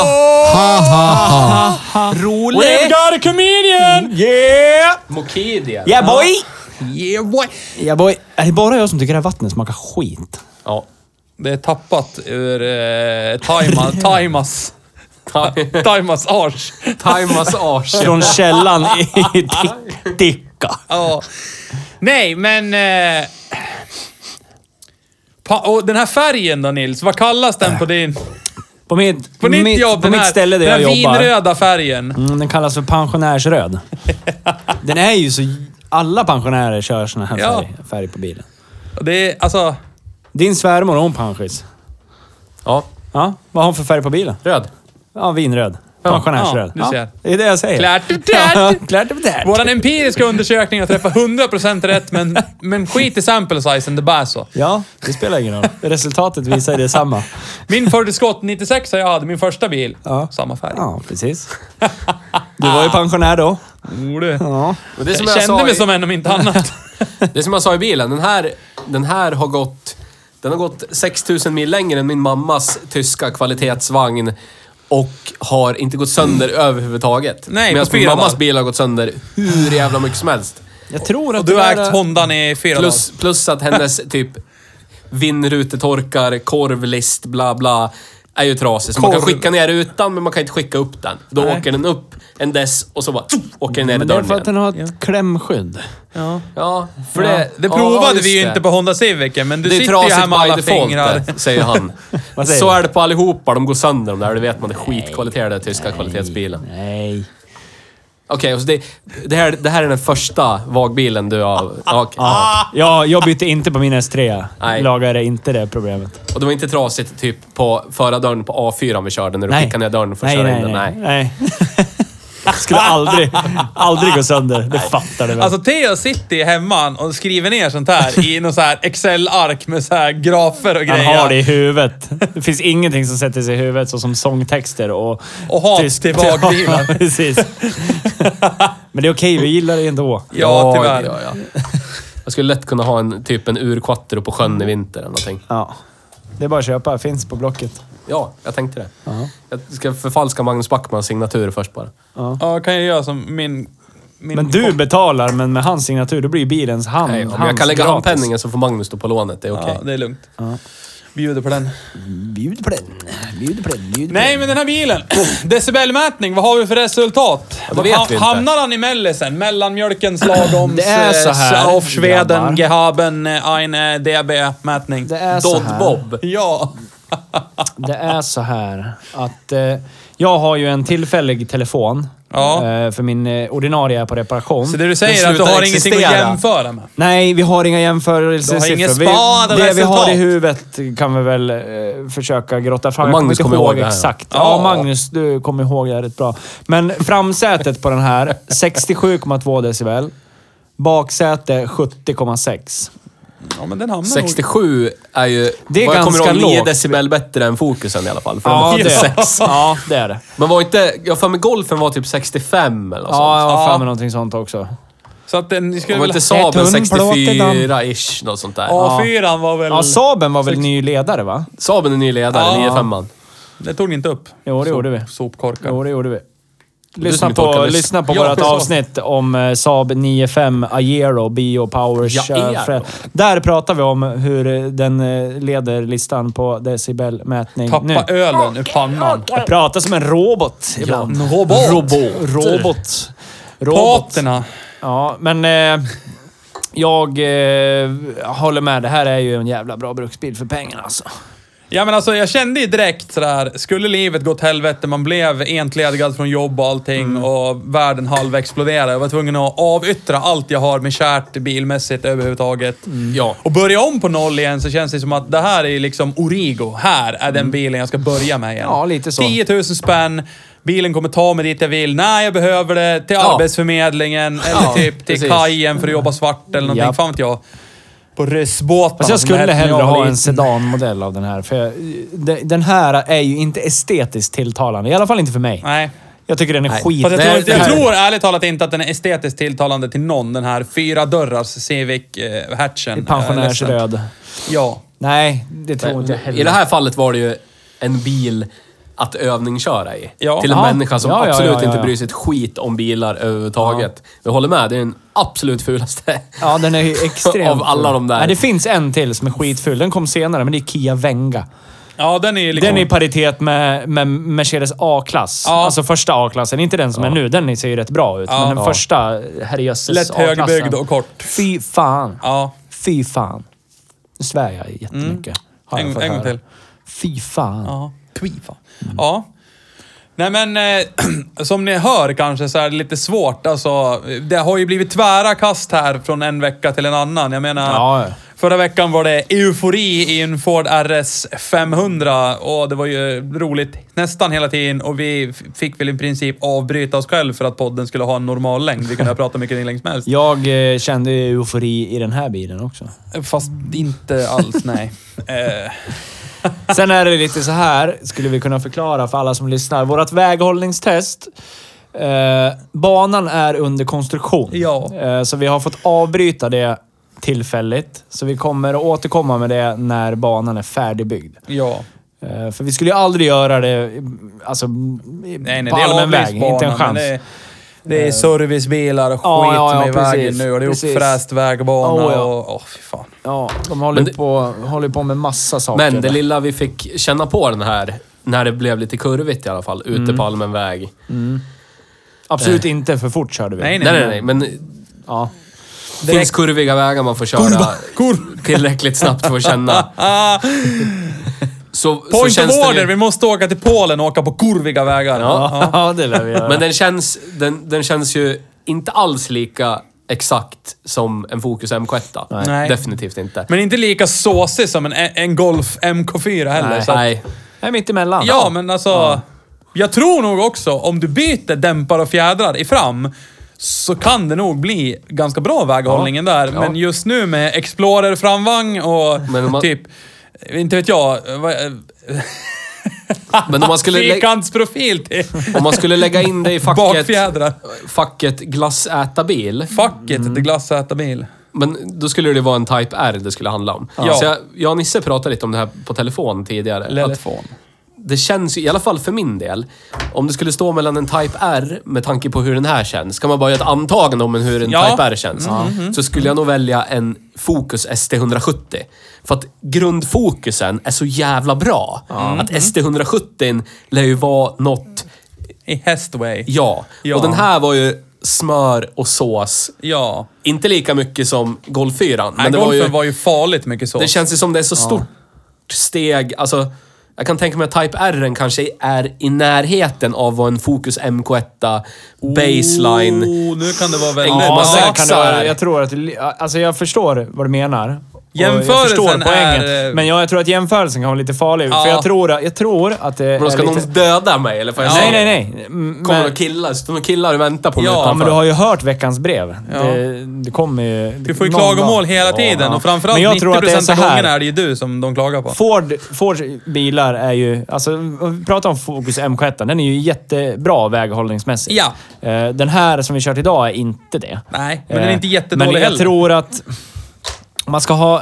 en. Roligt! We've got a comedian! Yeah! Mokidia. Yeah boy! Yeah boy. Yeah boy! Är det bara jag som tycker att vattnet smakar skit? Ja. Det är tappat ur Taimas ars. Taimas ars. Från källan i Tikka. Ja. Nej, men... och den här färgen då, Nils? Vad kallas den på din... På mitt jobb? på mitt ställe där den jag här jobbar. vinröda färgen. Den kallas för pensionärsröd. Den är ju så... Alla pensionärer kör såna här Ja. färg på bilen. Och det är alltså... Din svärmor, hon pensionärs. Ja. Ja, vad har hon för färg på bilen? Röd. Ja, vinröd. Pensionärsröd. Ja, du ser. det är det jag säger. Klart och Ja, klart. klart och klart. Våran empiriska undersökning har träffat 100% rätt, men skit i sample sizen, det bär så. Ja, det spelar ingen roll. Resultatet visar ju detsamma. Min Ford Escort 96 jag hade, min första bil. Ja. Samma färg. Ja, precis. Du var ju pensionär då. Ja. Men det är som Jag jag kände sa mig i- som en om inte annat. Det är som jag sa i bilen, den här har gått... Den har gått 6000 mil längre än min mammas tyska kvalitetsvagn och har inte gått sönder överhuvudtaget. Nej, medan på min 4 mammas dagar. bil har gått sönder hur jävla mycket som helst. Jag tror att Och du det har där- ägt Hondan i 4 dagar. Plus att hennes typ vindrutetorkar, korvlist, bla bla, är ju trasig. Så man kan Korv. skicka ner rutan, men man kan inte skicka upp den. Då Nej. åker den upp en dess och så bara åker den ner i Men det är dörren för att igen. den har ett klämskydd. Ja. Ja, för Ja. det... Det ja, provade just vi ju det. inte på Honda Civic, men du Det är sitter ju här trasigt med alla by default, fingrar. det, säger han. Vad säger Så du? är det på allihopa. De går sönder de där. Det vet man. Det är skitkvalitet, den tyska kvalitetsbilen. Nej. Okej, och så det här är den första vagbilen du har... Okay. Ja, jag bytte inte på min S3. Nej. Lagade inte det problemet. Och det var inte trasigt typ på förardörren på A4 vi körde när du skickade ner dörren för att köra in den? Nej. Skulle aldrig gå sönder. Det fattar du väl. Alltså Theo sitter hemma och skriver ner sånt här i någon så här Excel-ark med så här grafer och grejer. Han har det i huvudet. Det finns ingenting som sätter sig i huvudet så som sångtexter och hat till vagbilar. Ja, precis. Men det är okej, vi gillar det ändå. Ja, tyvärr. Ja. Jag skulle lätt kunna ha en urquattro på sjön i vinter eller någonting. Ja. Det är bara att köpa. Finns på Blocket. Ja, jag tänkte det. Jag ska förfalska Magnus Backmans signatur först bara. Ja, kan jag göra som min Men du betalar, men med hans signatur, då blir ju bilens hand. Nej, om jag kan lägga handpenningen så får Magnus stå på lånet. Det är okej. Ja, det är lugnt. Bjuder på den. Bjud på den. Nej, men den här bilen. Decibelmätning, vad har vi för resultat? Ja, det vet vi inte. Hamnar han i mellisen? Mellanmjölkens lagoms... Det är så här, Auf Schweden, grabbar. Gehaben, eine DB-mätning. Det är så här. Bob. Ja. Det är så här att jag har ju en tillfällig telefon för min ordinarie är på reparation. Så det du säger är att du har ingenting att jämföra med? Nej, vi har inga jämförelsesiffror. Du har ingen spad eller det vi har i resultat? huvudet kan vi väl försöka grotta fram. Magnus kommer ihåg det här. Exakt. Ja. Ja, Magnus, du kommer ihåg det rätt bra. Men framsätet på den här, 67,2 decibel. Baksäte 70,6. Ja, men den hamnar 67 är ju... Det är vad jag kommer ganska ihåg 9 lågt. decibel bättre än Focusen i alla fall. För Ja, den var det är 6. Ja, det är det. Men var inte... Jag för mig Golfen var typ 65 eller något Ja, sånt. jag har Ja. för mig någonting sånt också. Så att den skulle Och var väl... inte Saaben tunnplåt i den. 64-ish, något sånt där. A4 var väl... Ja, Saaben var väl ny ledare, va? Saaben är ny ledare, Ja. 95an. Det tog ni inte upp. Jo, det gjorde vi. Sopkorkar. Jo, det gjorde vi. som Lyssna är torkades. på Ja, vårt så. avsnitt om Saab 95 Aero Bio Powers. Aero. Där pratar vi om hur den leder listan på decibelmätning. Tappa Nu. ölen ur pannan. Jag pratar som en robot ibland. Robot. Paterna. Ja, men jag håller med. Det här är ju en jävla bra bruksbil för pengarna alltså. Ja, men alltså jag kände ju direkt sådär, skulle livet gått helvete, man blev entledigad från jobb och allting och världen halvexploderade. Jag var tvungen att avyttra allt jag har med kärt bilmässigt överhuvudtaget. Ja. Och börja om på noll igen, så känns det som att det här är liksom Origo. Här är den bilen jag ska börja med igen. Ja, lite så. 10 000 spänn. Bilen kommer ta mig dit jag vill. Nej, jag behöver det till Arbetsförmedlingen eller typ till precis. kajen för att jobba svart eller någonting. Japp. Fan vet jag. På ryssbåtarna. Alltså jag som det skulle hette när hellre jag var ha en liten. sedanmodell av den här. För den här är ju inte estetiskt tilltalande. I alla fall inte för mig. Nej. Jag tycker den är skit. Fast Nej, jag tror ärligt talat inte att den är estetiskt tilltalande till någon. Den här 4-dörrars Civic hatchen. Pensionärsröd. Ja. Nej, det tror inte jag heller. I det här fallet var det ju en bil att övningsköra i. Ja. Till en Ja. människa som Ja. absolut inte bryr sig ett skit om bilar överhuvudtaget. Jag håller med, det är den absolut fulaste. Ja, den är ju extremt Av alla de där. Nej, det finns en till som är skitful. Den kom senare, men det är Kia Venga. Ja, den är ju liksom... Den är i paritet med Mercedes A-klass. Ja. Alltså första A-klassen. Inte den som är nu. Den ser ju rätt bra ut. Ja. Men den första, herrejösses, lätt A-klassen. högbyggd och kort. Fy fan. Ja. Fy fan. Nu svär jag jättemycket. Har jag fått En gång höra. till. Fy fan. Ja. Ja. Nej men, som ni hör kanske så är det lite svårt. Alltså, det har ju blivit tvära kast här från en vecka till en annan. Jag menar, Ja. förra veckan var det eufori i en Ford RS 500 och det var ju roligt nästan hela tiden och vi fick väl i princip avbryta oss själv för att podden skulle ha en normal längd. Vi kunde prata mycket länge som helst. Jag kände eufori i den här bilen också. Fast inte alls, nej. Sen är det lite så här, skulle vi kunna förklara för alla som lyssnar. Vårat väghållningstest. Banan är under konstruktion. Ja. Så vi har fått avbryta det tillfälligt. Så vi kommer att återkomma med det när banan är färdigbyggd. Ja. För vi skulle ju aldrig göra det alltså, Nej, på det är allmän väg. avlyftbana, Inte en men chans. det är servicebilar och skit Ja, som är i vägen precis, nu och det är precis. uppfräst vägbana Ja. och... fy fan. Ja, de håller på med massa saker. Men det där. lilla vi fick känna på den här, när det blev lite kurvigt i alla fall, ute på allmän väg. Absolut inte för fort körde vi. Nej. Men Ja. det finns kurviga vägar man får köra tillräckligt snabbt för att känna. så Point känns of den order, ju... vi måste åka till Polen och åka på kurviga vägar. Ja, det lär vi göra. Men den känns ju inte alls lika exakt som en Focus MK1. Nej. Definitivt inte. Men inte lika såsig som en Golf MK4 heller. Nej. Så att, Nej. Jag är mitt emellan. ja, men alltså... Jag tror nog också, om du byter dämpare och fjädrar i fram, så kan det nog bli ganska bra väghållningen där. Ja. Men just nu med Explorer framvagn och typ... Inte vet jag... Men om man skulle Fyrkantsprofil till om man skulle lägga in det i bakfjädrar. facket glassätarbil. Facket till glassätarbil. Men då skulle det vara en Type R det skulle handla om. Ja. Så jag och Nisse pratade lite om det här på telefon tidigare. Telefon. Det känns ju, i alla fall för min del, om det skulle stå mellan en Type R med tanke på hur den här känns, kan man bara göra ett antagande om hur en Type R känns, så skulle jag nog välja en Focus ST170. För att grundfokusen är så jävla bra. Att ST170 lär ju vara något... I hästway. Ja. Ja. Och den här var ju smör och sås. Ja. Inte lika mycket som Golf 4. Men det Golfen var ju farligt mycket så. Det känns ju som det är så stort steg. Alltså, jag kan tänka mig att Type R kanske är i närheten av vad en Focus MK1 baseline... Nu kan det vara väldigt... Ja, Där kan det så vara, här. jag tror att... Alltså jag förstår vad du menar. Och Jämförelsen jag förstår poängen. är... Men jag tror att jämförelsen kan vara lite farlig. Ja. För jag tror att det Men då ska är någon lite... döda mig, eller får jag säga? Nej. Kommer några killar, så de killar och väntar på mig Ja, Ja, utanför. men du har ju hört veckans brev. Ja. Det kommer ju... Du får ju någon klagomål dag. hela tiden. Och framförallt Men jag tror att det är 90% så av här. gångerna är det ju du som de klagar på. Fords bilar är ju... Alltså, om vi pratar om Focus MK1. Den är ju jättebra väghållningsmässigt. Ja. Den här som vi kört idag är inte det. Nej, men den är inte jättedålig Men jag heller. tror att man ska ha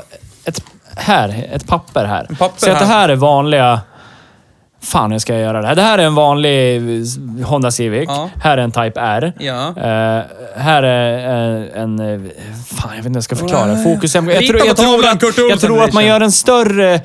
ett papper här. Papper Så att det här. här är vanliga... Fan, hur ska jag göra det här? Det här är en vanlig Honda Civic. Ja. Här är en Type R. Ja. Här är en... Fan, jag vet inte hur jag ska förklara. Focus MK1. Rita på tavlan, Kurt Olsson Jag tror att man edition. gör en större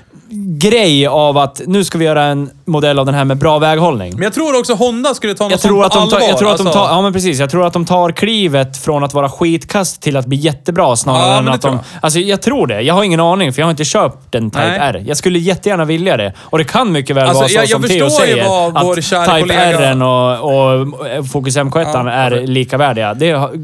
grej av att nu ska vi göra en modell av den här med bra väghållning. Men jag tror också Honda skulle ta något Jag tror sånt på allvar. ja men precis. Jag tror att de tar klivet från att vara skitkast till att bli jättebra snarare Ja, än men det att de... tror Alltså jag tror det. Jag har ingen aning för jag har inte köpt en Type Nej. R. Jag skulle jättegärna vilja det. Och det kan mycket väl Alltså, vara så jag som Theo förstår ju säger. vad vår att kära Type kollega- R och Focus MK1 är likavärdiga.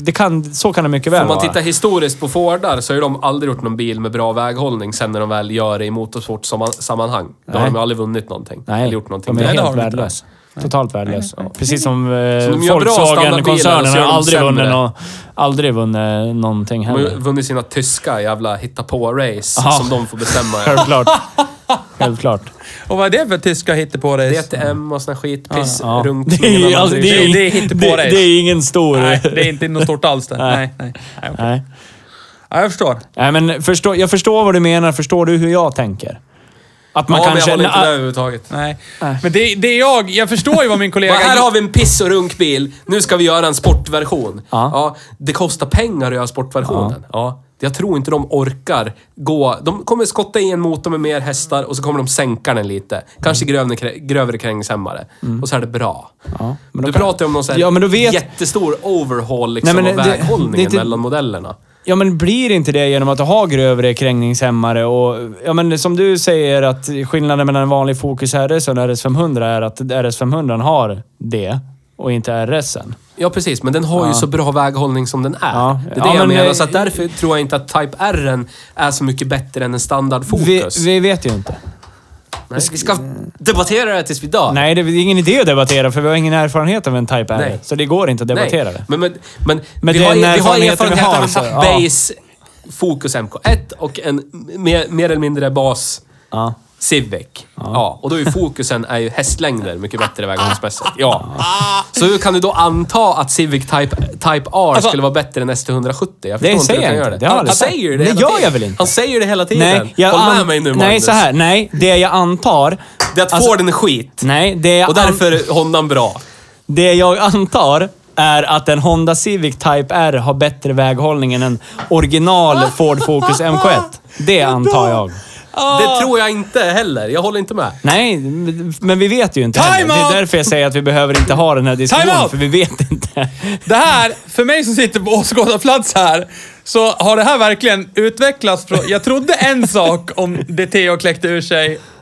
Så kan det mycket väl Om man vara. tittar historiskt på Fordar så har ju de aldrig gjort någon bil med bra väghållning sen när de väl gör det i motorsportsammanhang. Då har de ju aldrig vunnit någonting. Nej, eller gjort någonting. de är Nej, det har helt de inte. värdelösa. Totalt värdelös. Precis som de gör bra Volkswagen-koncernen standardbilar, har så gör de aldrig vunnit någonting De har heller. ju vunnit sina tyska jävla hitta-på-race Aha. som de får bestämma. Självklart. Självklart. Och vad är det för tyska hittepå-race? DTM och sån här skit, piss, Ja. runkning. Det är, man alltså, bryr sig om. det är hittepå-race. det är ingen stor... Nej, det är inte något stort alls det. Nej. Nej, okej. Nej. Ja, jag förstår. Nej, men jag förstår vad du menar. Förstår du hur jag tänker? Att man Ja, men jag kanske... håller inte med överhuvudtaget. Nej. Men det är jag förstår ju vad min kollega... Här har vi en piss- och runkbil. Nu ska vi göra en sportversion. Ja. Ja, det kostar pengar att göra sportversionen. Ja. Jag tror inte de orkar gå... De kommer skotta i en motor med mer hästar och så kommer de sänka den lite. Kanske grövre krängshämmare. Och så är det bra. Ja, men då Du kan- pratar ju om någon sån här Ja, men då vet- jättestor overhaul liksom, Nej, men av det- väghållningen det är inte- mellan modellerna. Ja, men blir inte det genom att ha grövre krängningshämmare och... Ja, men som du säger att skillnaden mellan en vanlig Focus RS och en RS500 är att RS500 har det och inte RSen. Ja, precis. Men den har ju så bra väghållning som den är. Ja. Det är det Ja, jag men, menar. Så att därför tror jag inte att Type R är så mycket bättre än en standard Focus. Vi vet ju inte. Nej, vi ska debattera det tills vi dör. Nej, det är ingen idé att debattera för vi har ingen erfarenhet av en Type R. Nej. Så det går inte att debattera det. Men Men vi har den erfarenhet erfarenheten vi har, av så, en ja. base Focus MK1 och en mer eller mindre bas Ja. Civic. Ja. Och då är ju fokusen är ju hästlängder mycket bättre väghållningsmässigt. Ja. Så hur kan du då anta att Civic Type R skulle vara bättre än ST170? Jag förstår inte säger hur du kan jag göra inte. det. Det har jag Han aldrig sagt. säger det Det hela gör tiden. jag väl inte? Han säger det hela tiden. Nej, Håll med mig nu, Magnus. Nej, så här. Nej, det jag antar... Det är att Forden är skit. Nej, Och därför är Hondan bra. Det jag antar är att en Honda Civic Type R har bättre väghållning än en original Ford Focus MK1. Det antar jag. Det tror jag inte heller. Jag håller inte med. Nej, men vi vet ju inte heller. Det är därför jag säger att vi behöver inte ha den här diskussionen, för vi vet inte. Det här, för mig som sitter på åskådarplats här, så har det här verkligen utvecklats från... Jag trodde en sak om det Theo kläckte ur sig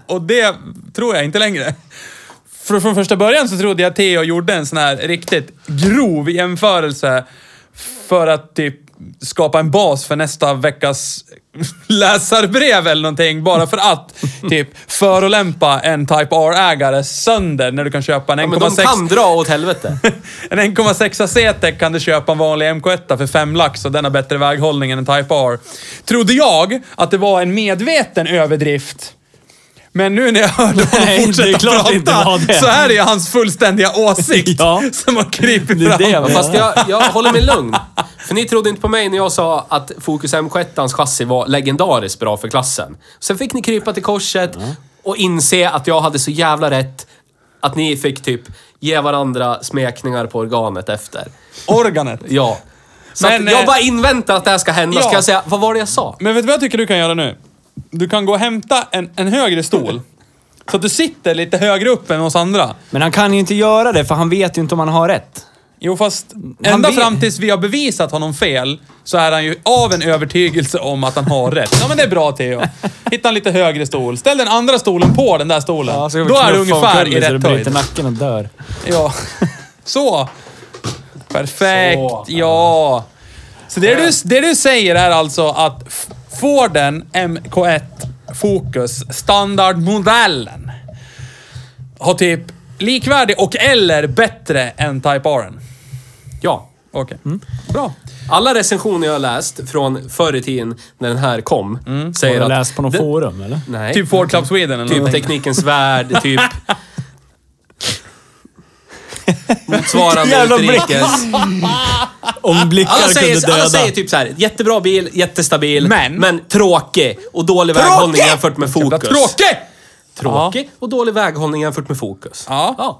Och det tror jag inte längre. För från första början så trodde jag att Theo gjorde en sån här riktigt grov jämförelse för att typ skapa en bas för nästa veckas läsarbrev eller någonting. Bara för att typ förolämpa en Type R-ägare sönder när du kan köpa en 1,6... Men de kan dra åt helvete. En 1,6 CTEC kan du köpa en vanlig MK1 för 5 lax och den har bättre väghållning än en Type R. Trodde jag att det var en medveten överdrift. Men nu när jag hörde honom fortsätta prata så är det hans fullständiga åsikt som har krypit fram. Fast jag håller mig lugn. För ni trodde inte på mig när jag sa att Focus MK1-ans chassi var legendariskt bra för klassen. Sen fick ni krypa till korset och inse att jag hade så jävla rätt att ni fick typ ge varandra smekningar på organet efter. Organet? Ja. Så men, jag bara inväntar att det här ska hända. Ska jag säga, vad var det jag sa? Men vet du vad jag tycker du kan göra nu? Du kan gå och hämta en högre stol. Så att du sitter lite högre upp än oss andra. Men han kan ju inte göra det, för han vet ju inte om han har rätt. Jo, fast ända fram tills vi har bevisat honom fel så är han ju av en övertygelse om att han har rätt. Ja, men det är bra, Theo. Hitta en lite högre stol. Ställ den andra stolen på den där stolen. Ja, då är du ungefär i rätt höjd. Så du bryter nacken och dör. Ja. Så. Perfekt. Så. Ja. Så det du säger är alltså att Forden MK1 Focus standardmodellen har typ likvärdig och eller bättre än Type R. Ja. Okej. Bra. Alla recensioner jag har läst från förr i tiden när den här kom säger att... Har du läst på något forum, eller? Nej. Typ Ford Club Sweden eller typ någonting. Teknikens Värld, typ... motsvarande utrikes. Om blickar alla säger typ så här: jättebra bil, jättestabil, men tråkig och dålig väghållning jämfört med Focus. Tråkig och dålig väghållning jämfört med Focus. Ja.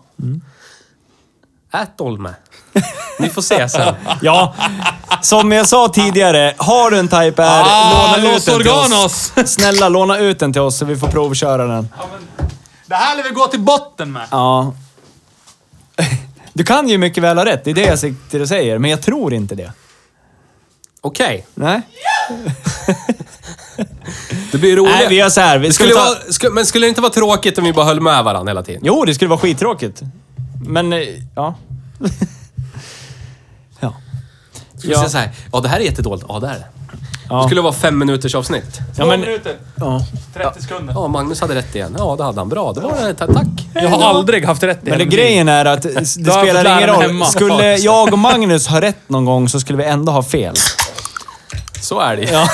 Ät Olme. Ni får se sen. Ja, som jag sa tidigare, har du en Type R, låna ut den till oss. Snälla, låna ut den till oss så vi får provköra den. Ja, men det här vill vi gå till botten med. Ja. Du kan ju mycket väl ha rätt, det är det jag sitter och säger, men jag tror inte det. Okej. Nej. Det blir roligt. Nej, vi gör så här. Men skulle det inte vara tråkigt om vi bara höll med varandra hela tiden? Jo, det skulle vara skittråkigt. Men, ja. Ja. Skulle säga så här: ja, det här är jättedåligt. Ja, det är det. Ja. Det skulle vara 5 minuters avsnitt. 2 minuter. Ja. 30 sekunder. Ja, Magnus hade rätt igen. Ja, det hade han. Bra. Det var det. Tack. Jag har aldrig haft rätt igen. Men grejen är att det spelar ingen roll. Skulle jag och Magnus ha rätt någon gång så skulle vi ändå ha fel. Så är det. Ja.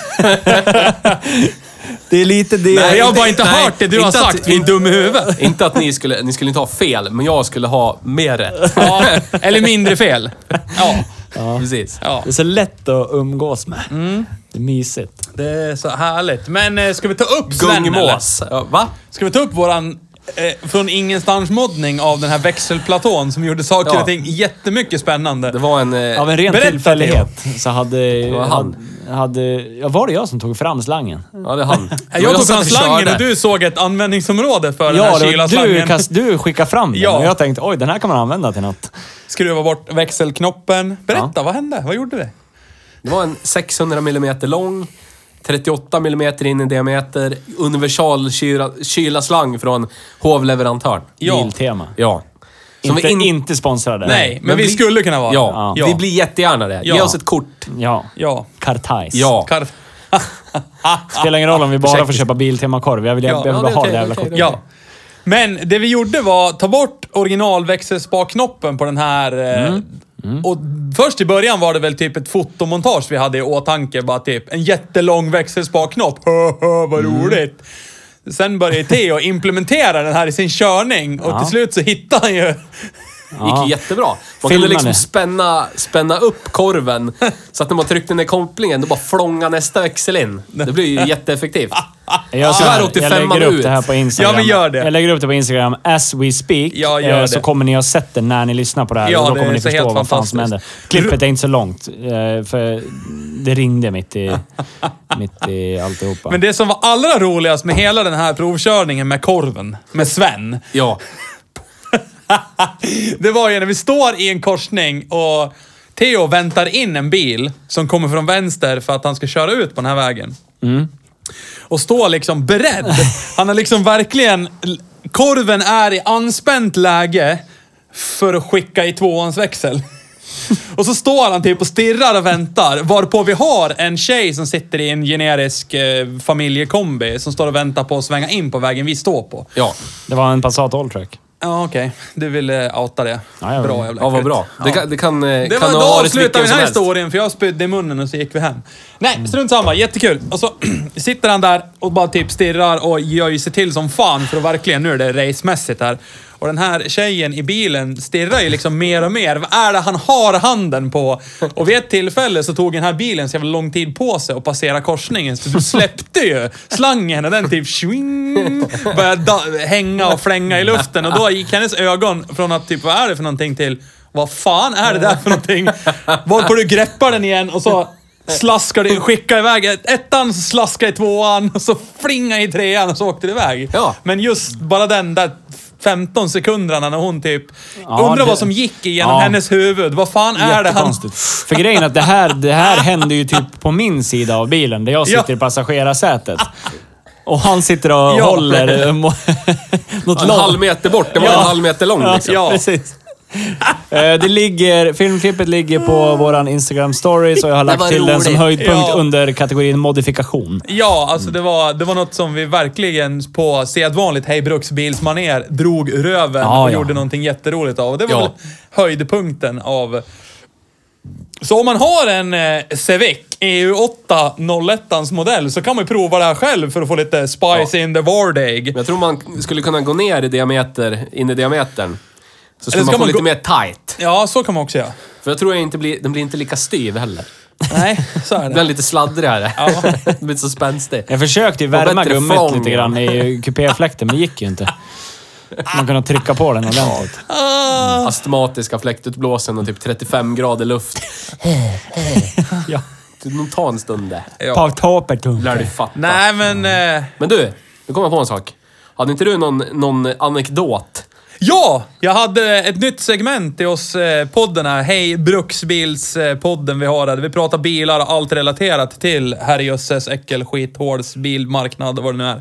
Det är lite det. Nej, jag har bara inte hört det du har sagt, din dum i huvudet. Inte att ni skulle inte ha fel, men jag skulle ha mer rätt. Ja, eller mindre fel. Ja, precis. Ja. Det är så lätt att umgås med. Det är mysigt. Det är så härligt. Men ska vi ta upp Sven, eller? Va? Ska vi ta upp våran från ingenstans moddning av den här växelplatån som gjorde saker och ting jättemycket spännande. Det var en... Av en ren tillfällighet så var det jag som tog fram slangen? Ja, det är han. Jag tog fram slangen och du såg ett användningsområde för den här kylaslangen. Du skickade fram den och jag tänkte, oj, den här kan man använda till något. Skruva bort växelknoppen. Berätta, vad hände? Vad gjorde det? Det var en 600 mm lång, 38 mm in i diameter, universal kylaslang från hovleverantören. Biltema. Ja. Som vi inte sponsrade. Nej, men vi skulle kunna vara. Ja. Vi blir jättegärna det. Ge oss ett kort. Ja. Kartajs. Ja. Spelar ingen roll om vi bara får köpa Biltema-korv. Jag vill bara ha det jävla kortet. Ja. Men det vi gjorde var ta bort originalväxelspakknoppen på den här... Och först i början var det väl typ ett fotomontage vi hade i åtanke. Bara typ en jättelång växelspakknopp. Vad roligt. Sen började Theo implementera den här i sin körning. Och till slut så hittade han ju... Det gick jättebra. Man kunde liksom spänna upp korven så att när man tryckte ner kopplingen då bara flånga nästa växel in. Det blir ju jätteeffektivt. Jag lägger upp det här på Instagram. Ja, men gör det. Jag lägger upp det på Instagram as we speak. Så kommer ni att se det när ni lyssnar på det här. Och då kommer ni förstå vad fan som händer. Klippet är inte så långt. För det ringde mitt i alltihopa. Men det som var allra roligast med hela den här provkörningen med korven, med Sven. Ja. Det var ju när vi står i en korsning och Theo väntar in en bil som kommer från vänster för att han ska köra ut på den här vägen. Och står liksom beredd. Han har liksom verkligen... Korven är i anspänt läge för att skicka i tvåans växel. Och så står han typ och stirrar och väntar. Varpå vi har en tjej som sitter i en generisk familjekombi som står och väntar på att svänga in på vägen vi står på. Ja. Det var en Passat Alltrack. Ja, okej. Du ville outa det. Ja, bra jävla Ja, vad bra. Det kan det ha var varit då slutade vilken den här som helst. historien för jag spydde i munnen och så gick vi hem. Nej, strunt samma. Jättekul. Och så sitter han där och bara typ stirrar och gör ju sig till som fan för att verkligen, nu är det racemässigt här. Och den här tjejen i bilen stirrar ju liksom mer och mer. Vad är det han har handen på? Och vid ett tillfälle så tog den här bilen så jävla lång tid på sig att passera korsningen. Så du släppte ju slangen och den typ swing, började hänga och flänga i luften. Och då gick hennes ögon från att typ, vad är det för någonting till, vad fan är det där för någonting? Varpå du greppar den igen och så slaskar du, skickar iväg ettan, så slaskar i tvåan och så flingar i trean och så åkte det iväg. Ja. Men just bara den där 15 sekunderna när hon typ undrar vad som gick igenom hennes huvud. Vad fan är det han... För grejen är att det här händer ju typ på min sida av bilen, där jag sitter i passagerarsätet. Och han sitter och håller något En halv meter bort, det var en halv meter lång liksom. Ja, precis. Filmklippet ligger på våran Instagram story, så jag har lagt till den som höjdpunkt under kategorin modifikation. Ja, alltså det var något som vi verkligen på sedvanligt Hej Bruksbilsmaner drog röven och gjorde någonting jätteroligt av. Och det var väl höjdpunkten av... Så om man har en Civic EU8 01 modell så kan man ju prova det här själv för att få lite spice in the vardag. Jag tror man skulle kunna gå ner i diametern. Så skulle Eller man få lite mer tight. Ja, så kan man också göra. För jag tror den blir inte lika styv heller. Nej, så är det. Den blir lite sladdrigare. Ja. Det blir så spänstig. Jag försökte ju värma bättre gummit fång. lite grann i kupéfläkten, men det gick ju inte. Man kunde trycka på den ordentligt. Astmatiska fläktutblåsen och typ 35 grader luft. Ja. Det nog ta en stund det. På toppen. Lär du fatta. Nej, men... Men du, nu kommer jag på en sak. Hade inte du någon anekdot? Ja! Jag hade ett nytt segment i oss podden här. Hej Bruksbils-podden vi har här. Vi pratar bilar och allt relaterat till herrejösses äckelskithårds bilmarknad och vad det nu är.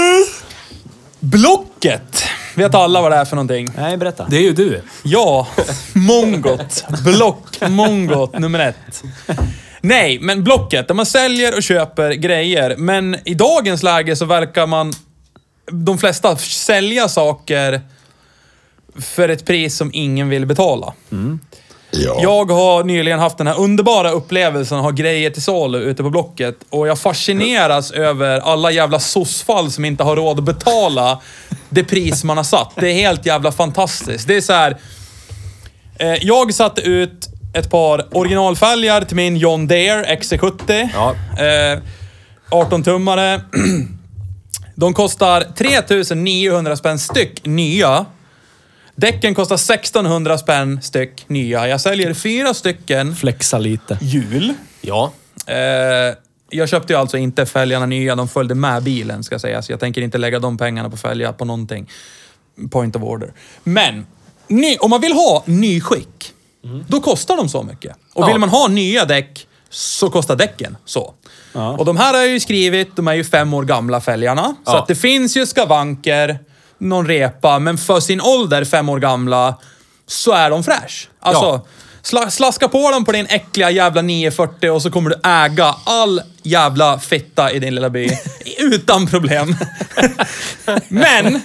Blocket! Vet alla vad det är för någonting? Nej, berätta. Det är ju du. Ja, Mongot. Mongot nummer 1. Nej, men Blocket, där man säljer och köper grejer. Men i dagens läge så verkar de flesta sälja saker för ett pris som ingen vill betala. Ja. Jag har nyligen haft den här underbara upplevelsen att ha grejer till salu ute på Blocket. Och jag fascineras över alla jävla sossfall som inte har råd att betala det pris man har satt. Det är helt jävla fantastiskt. Det är så här. Jag satte ut ett par originalfälgar till min John Deere XC70. Ja. 18-tummare. De kostar 3900 spänn styck nya. Däcken kostar 1600 spänn styck nya. Jag säljer 4 stycken. Flexa lite. Hjul. Ja. Jag köpte ju alltså inte fälgarna nya. De följde med bilen, ska sägas. Jag tänker inte lägga de pengarna på fälgar på någonting. Point of order. Men om man vill ha ny skick, då kostar de så mycket. Och vill man ha nya däck så kostar däcken så. Ja. Och de här har jag ju skrivit, de är ju 5 år gamla fälgarna. Så att det finns ju skavanker, någon repa, men för sin ålder 5 år gamla så är de fräsch. Alltså, slaska på dem på din äckliga jävla 940 och så kommer du äga all jävla fitta i din lilla by. Utan problem. Men...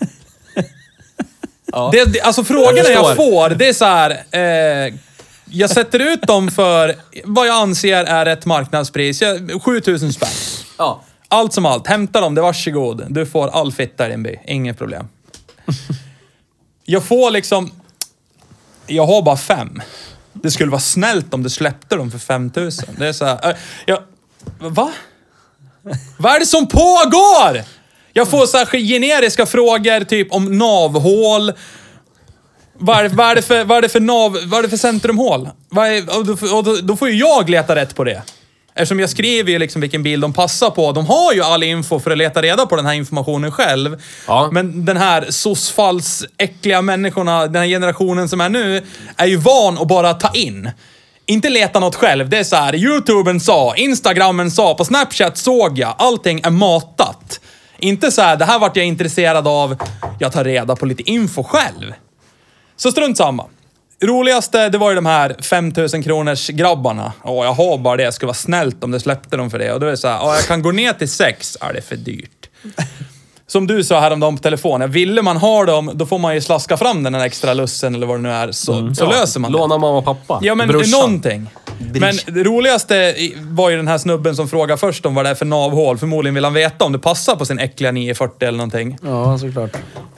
alltså frågorna jag får, det är så här... jag sätter ut dem för vad jag anser är ett marknadspris. 7000 spänn. Ja. Allt som allt. Hämta dem, det varsågod. Du får all fitta i din by. Inget problem. Jag får liksom... Jag har bara 5. Det skulle vara snällt om du släppte dem för 5000. Det är så här... Va? Vad är det som pågår? Jag får så här generiska frågor typ om navhål. Vad är det för centrumhål? Då får ju jag leta rätt på det. Eftersom jag skriver ju liksom vilken bil de passar på. De har ju all info för att leta reda på den här informationen själv. Ja. Men den här sossfalls äckliga människorna, den här generationen som är nu, är ju van att bara ta in. inte leta något själv. Det är så här, YouTuben sa, Instagrammen sa, på Snapchat såg jag. Allting är matat. Inte så här, det här vart jag intresserad av. Jag tar reda på lite info själv. Så strunt samma. Roligaste, det var ju de här 5000 kronors grabbarna. Jag har bara det. Jag skulle vara snällt om det släppte dem för det. Och då är det så här, jag kan gå ner till 6. Det är för dyrt. Som du sa häromdagen på telefonen. Ville man ha dem, då får man ju slaska fram den här extra lussen eller vad det nu är. Så löser man det. Låna mamma och pappa. Ja, men brorsan. någonting. Men det roligaste var ju den här snubben som frågade först om vad det är för navhål. Förmodligen vill han veta om det passar på sin äckliga 940 eller någonting. Ja, såklart.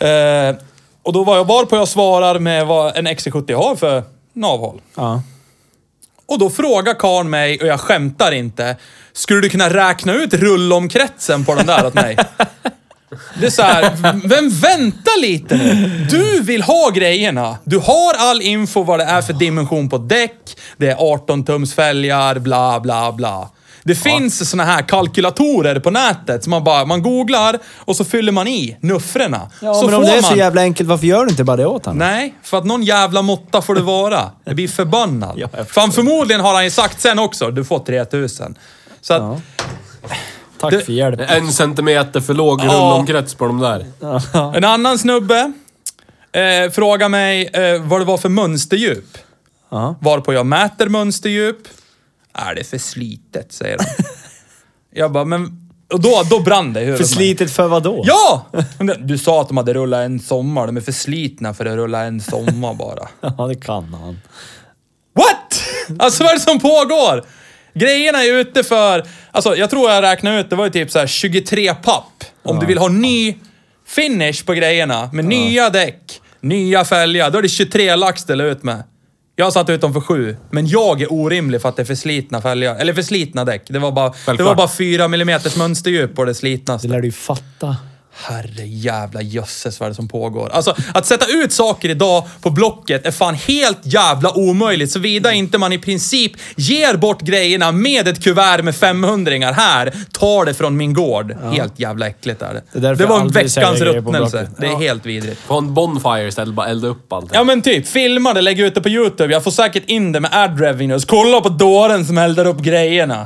Och då var på jag svarar med vad en XC70 har för navhål. Ja. Och då frågar karln mig, och jag skämtar inte, skulle du kunna räkna ut rullomkretsen på den där åt mig? Det är så här, vem väntar lite nu? Du vill ha grejerna. Du har all info vad det är för dimension på däck. Det är 18-tums fälgar, bla bla bla. Det finns såna här kalkylatorer på nätet som man googlar och så fyller man i nuffrorna. Ja, så men om det är så jävla enkelt, varför gör du inte bara det åt honom? Nej, för att någon jävla måtta får det vara. Det blir förbannad. Ja, för förmodligen har han ju sagt sen också, du får 3000. Så att... Tack för hjälp. 1 centimeter för låg rullomkrets på de där. En annan snubbe frågar mig vad det var för mönsterdjup. Varpå jag mäter mönsterdjup. Är det för slitet, säger han. Jag bara, men... Och då brann det. För slitet för vad då? Ja! Du sa att de hade rullat en sommar. De är för slitna för att rulla en sommar bara. Ja, det kan han. What? Alltså vad är det som pågår? Grejerna är ute för... Alltså jag tror jag räknade ut, det var ju typ så här 23 papp. Om du vill ha ny finish på grejerna. Med nya däck, nya fälgar. Då är det 23 lax ställa ut med. Jag har satt ut dem för 7. Men jag är orimlig för att det är för slitna fälgar. Eller för slitna däck. Det var bara 4 mm mönsterdjup på det slitnaste. Det lär du ju fatta. Herre jävla jösses vad det som pågår. Alltså, att sätta ut saker idag på Blocket är fan helt jävla omöjligt. Såvida inte man i princip ger bort grejerna med ett kuvert med 500-ringar här. Tar det från min gård. Ja. Helt jävla äckligt är det. Det var en veckans ruttnelse. Det är helt vidrigt. På en bonfire istället, bara elda upp allt. Ja men typ, filma det, lägg ut det på YouTube. Jag får säkert in det med ad revenues. Kolla på dåren som eldar upp grejerna.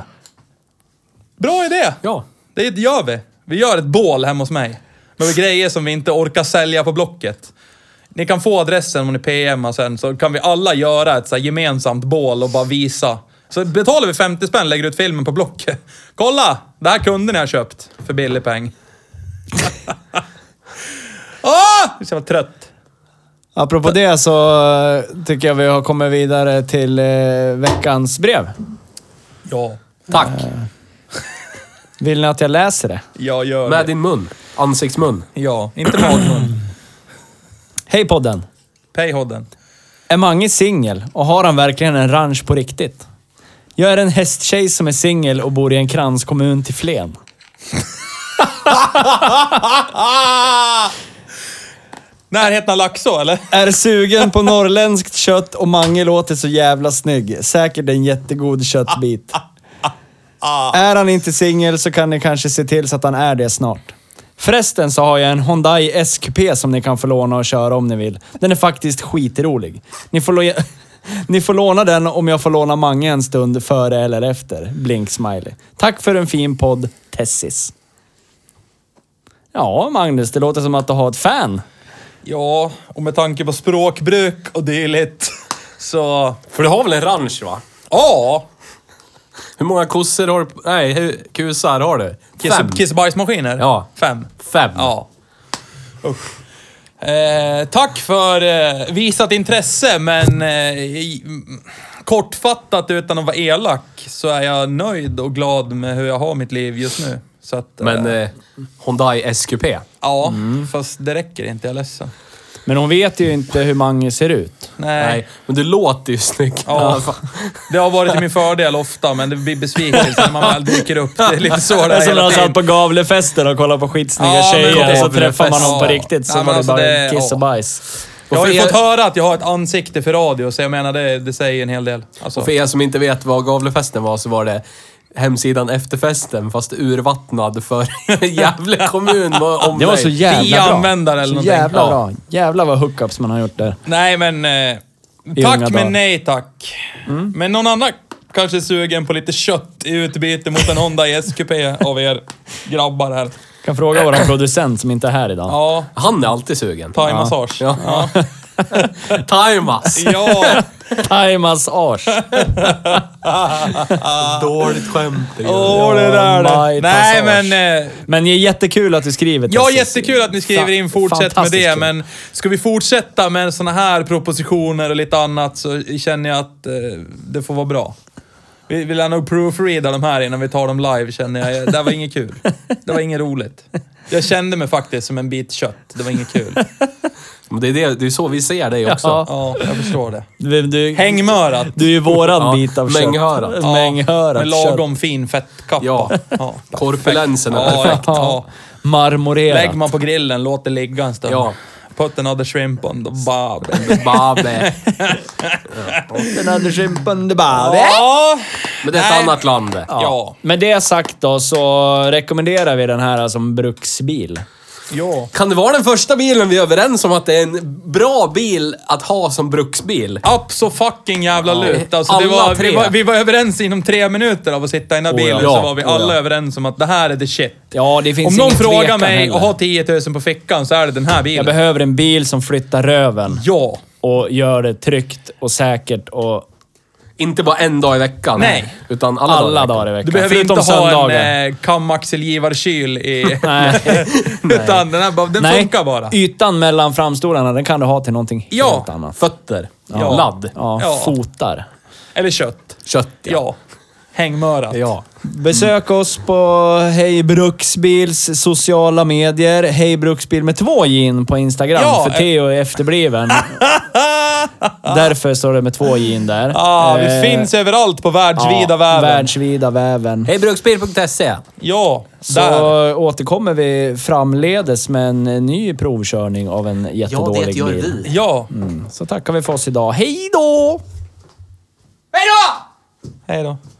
Bra idé. Ja. Det gör vi. Vi gör ett bål hemma hos mig. Med grejer som vi inte orkar sälja på Blocket. Ni kan få adressen om ni PMar sen. Så kan vi alla göra ett så här gemensamt bål och bara visa. Så betalar vi 50 spänn, lägger ut filmen på Blocket. Kolla! Det här kunden jag har köpt. För billig peng. Jag är så trött. Apropå det så tycker jag vi har kommit vidare till veckans brev. Ja. Tack. Vill ni att jag läser det? Jag gör Med det. din mun. Ansiktsmun. Ja, inte magmun. Hej podden. Payhodden. Är Mange singel och har han verkligen en ranch på riktigt? Jag är en hästtjej som är singel och bor i en kranskommun till Flen. Närheten av Laxå, eller? Är sugen på norrländskt kött och Mange låter så jävla snygg. Säkert en jättegod köttbit. Är han inte singel så kan ni kanske se till så att han är det snart. Förresten så har jag en Hyundai SQP som ni kan få låna och köra om ni vill. Den är faktiskt skitrolig. Ni får låna den om jag får låna Mange en stund före eller efter. Blink smiley. Tack för en fin podd, Tessis. Ja, Magnus, det låter som att du har ett fan. Ja, och med tanke på språkbruk och dylikt så... För du har väl en ranch, va? Ja! Hur många kossor har du... Nej, hur kusar har du? 5. Kissbajsmaskiner? Ja. 5. 5. Ja. Usch. Tack för visat intresse, men kortfattat utan att vara elak så är jag nöjd och glad med hur jag har mitt liv just nu. Så att, Men Hyundai SQP? Ja, fast det räcker inte, jag är ledsen. Men hon vet ju inte hur Mange ser ut. Nej. Men du låter ju snygg. Ja, det har varit till min fördel ofta, men det blir besvikelse när man väl dyker upp. Det är lite så Det där är som när hela han tiden. satt på Gavlefesten och kollade på skitsnygga Ja, men tjejer och så Gavlefest, träffar man någon på ja. riktigt så Ja, men var det alltså bara det- kiss och ja. bajs. Jag har ju för fått er- höra att jag har ett ansikte för radio, så jag menar det säger en hel del. Alltså. Och för er som inte vet vad Gavlefesten var så var det hemsidan efterfesten fast urvattnad för Gävle kommun och omnejd. Det var så jävla 10 bra. användare eller Så någonting. jävla Ja. bra. Jävlar vad hookups man har gjort där. Nej, men i Tack unga men dagar. nej tack. Men någon annan kanske är sugen på lite kött i utbyte mot en Honda SQP av er grabbar här. Kan fråga våran producent som inte är här idag. Ja, Han är alltid sugen. thai-massage. Ja. Timas. Ja. Thai-massage. Dåligt skämt. Det där det. Thai-massage. Nej men... Men det är jättekul att du skriver. Ja, Tessis. jättekul att ni skriver in. Fortsätt med Fantastiskt det. kul. Men ska vi fortsätta med såna här propositioner och lite annat så känner jag att det får vara bra. Vi vill nog proofreada de här innan vi tar dem live, känner jag. Det var inget kul. Det var inget roligt. Jag kände mig faktiskt som en bit kött. Det var inget kul. Men det är så vi ser dig också. Ja. Ja, jag förstår det. Du, Hängmörat. du är ju våran Ja, bit av kött. mängdhörat. Ja, Mängdhörat med lagom fin fettkappa. Ja. Korpulensen är Ja, perfekt. ja. Marmorerat. Lägger man på grillen, låt det ligga en stund. Ja. Put another shrimp on the bob. Babbe. Den hade skimpan, det bara... Ja. Men det är ett Nej. annat land. Ja. Med det sagt då så rekommenderar vi den här som bruksbil. Ja. Kan det vara den första bilen vi är överens om att det är en bra bil att ha som bruksbil? Fucking jävla lut. Alltså, Alla tre. vi var överens inom 3 minuter av att sitta i den här bilen. ja. Så var vi alla överens om att det här är the shit. Ja, det finns Om någon ingen frågar tvekan mig heller. och har 10 000 på fickan så är det den här Jag bilen. behöver en bil som flyttar röven. Ja. Och gör det tryggt och säkert och Inte bara en dag i veckan. Nej. Utan alla dagar i veckan. Du behöver Förutom inte ha söndagar. en kamaxelgivarkyl i... Nej. Utan den Nej. funkar bara. Ytan mellan framstolarna, den kan du ha till någonting Ja. helt annat. Fötter. Ja. Ladd. Ja, Ja. fotar. Eller kött. Kött. Ja. Hängmörat. Ja. Besök oss på Hej Bruksbils sociala medier. Hej Bruksbil med 2 gin på Instagram. Ja, för Theo är efterbliven. Därför står det med 2 gin där. Vi finns överallt på världsvida väven. Världsvida väven. Hej bruksbil.se. Ja, Så där. återkommer vi framledes med en ny provkörning av en jättedålig bil. Ja. Så tackar vi för oss idag. Hej då! Hej då.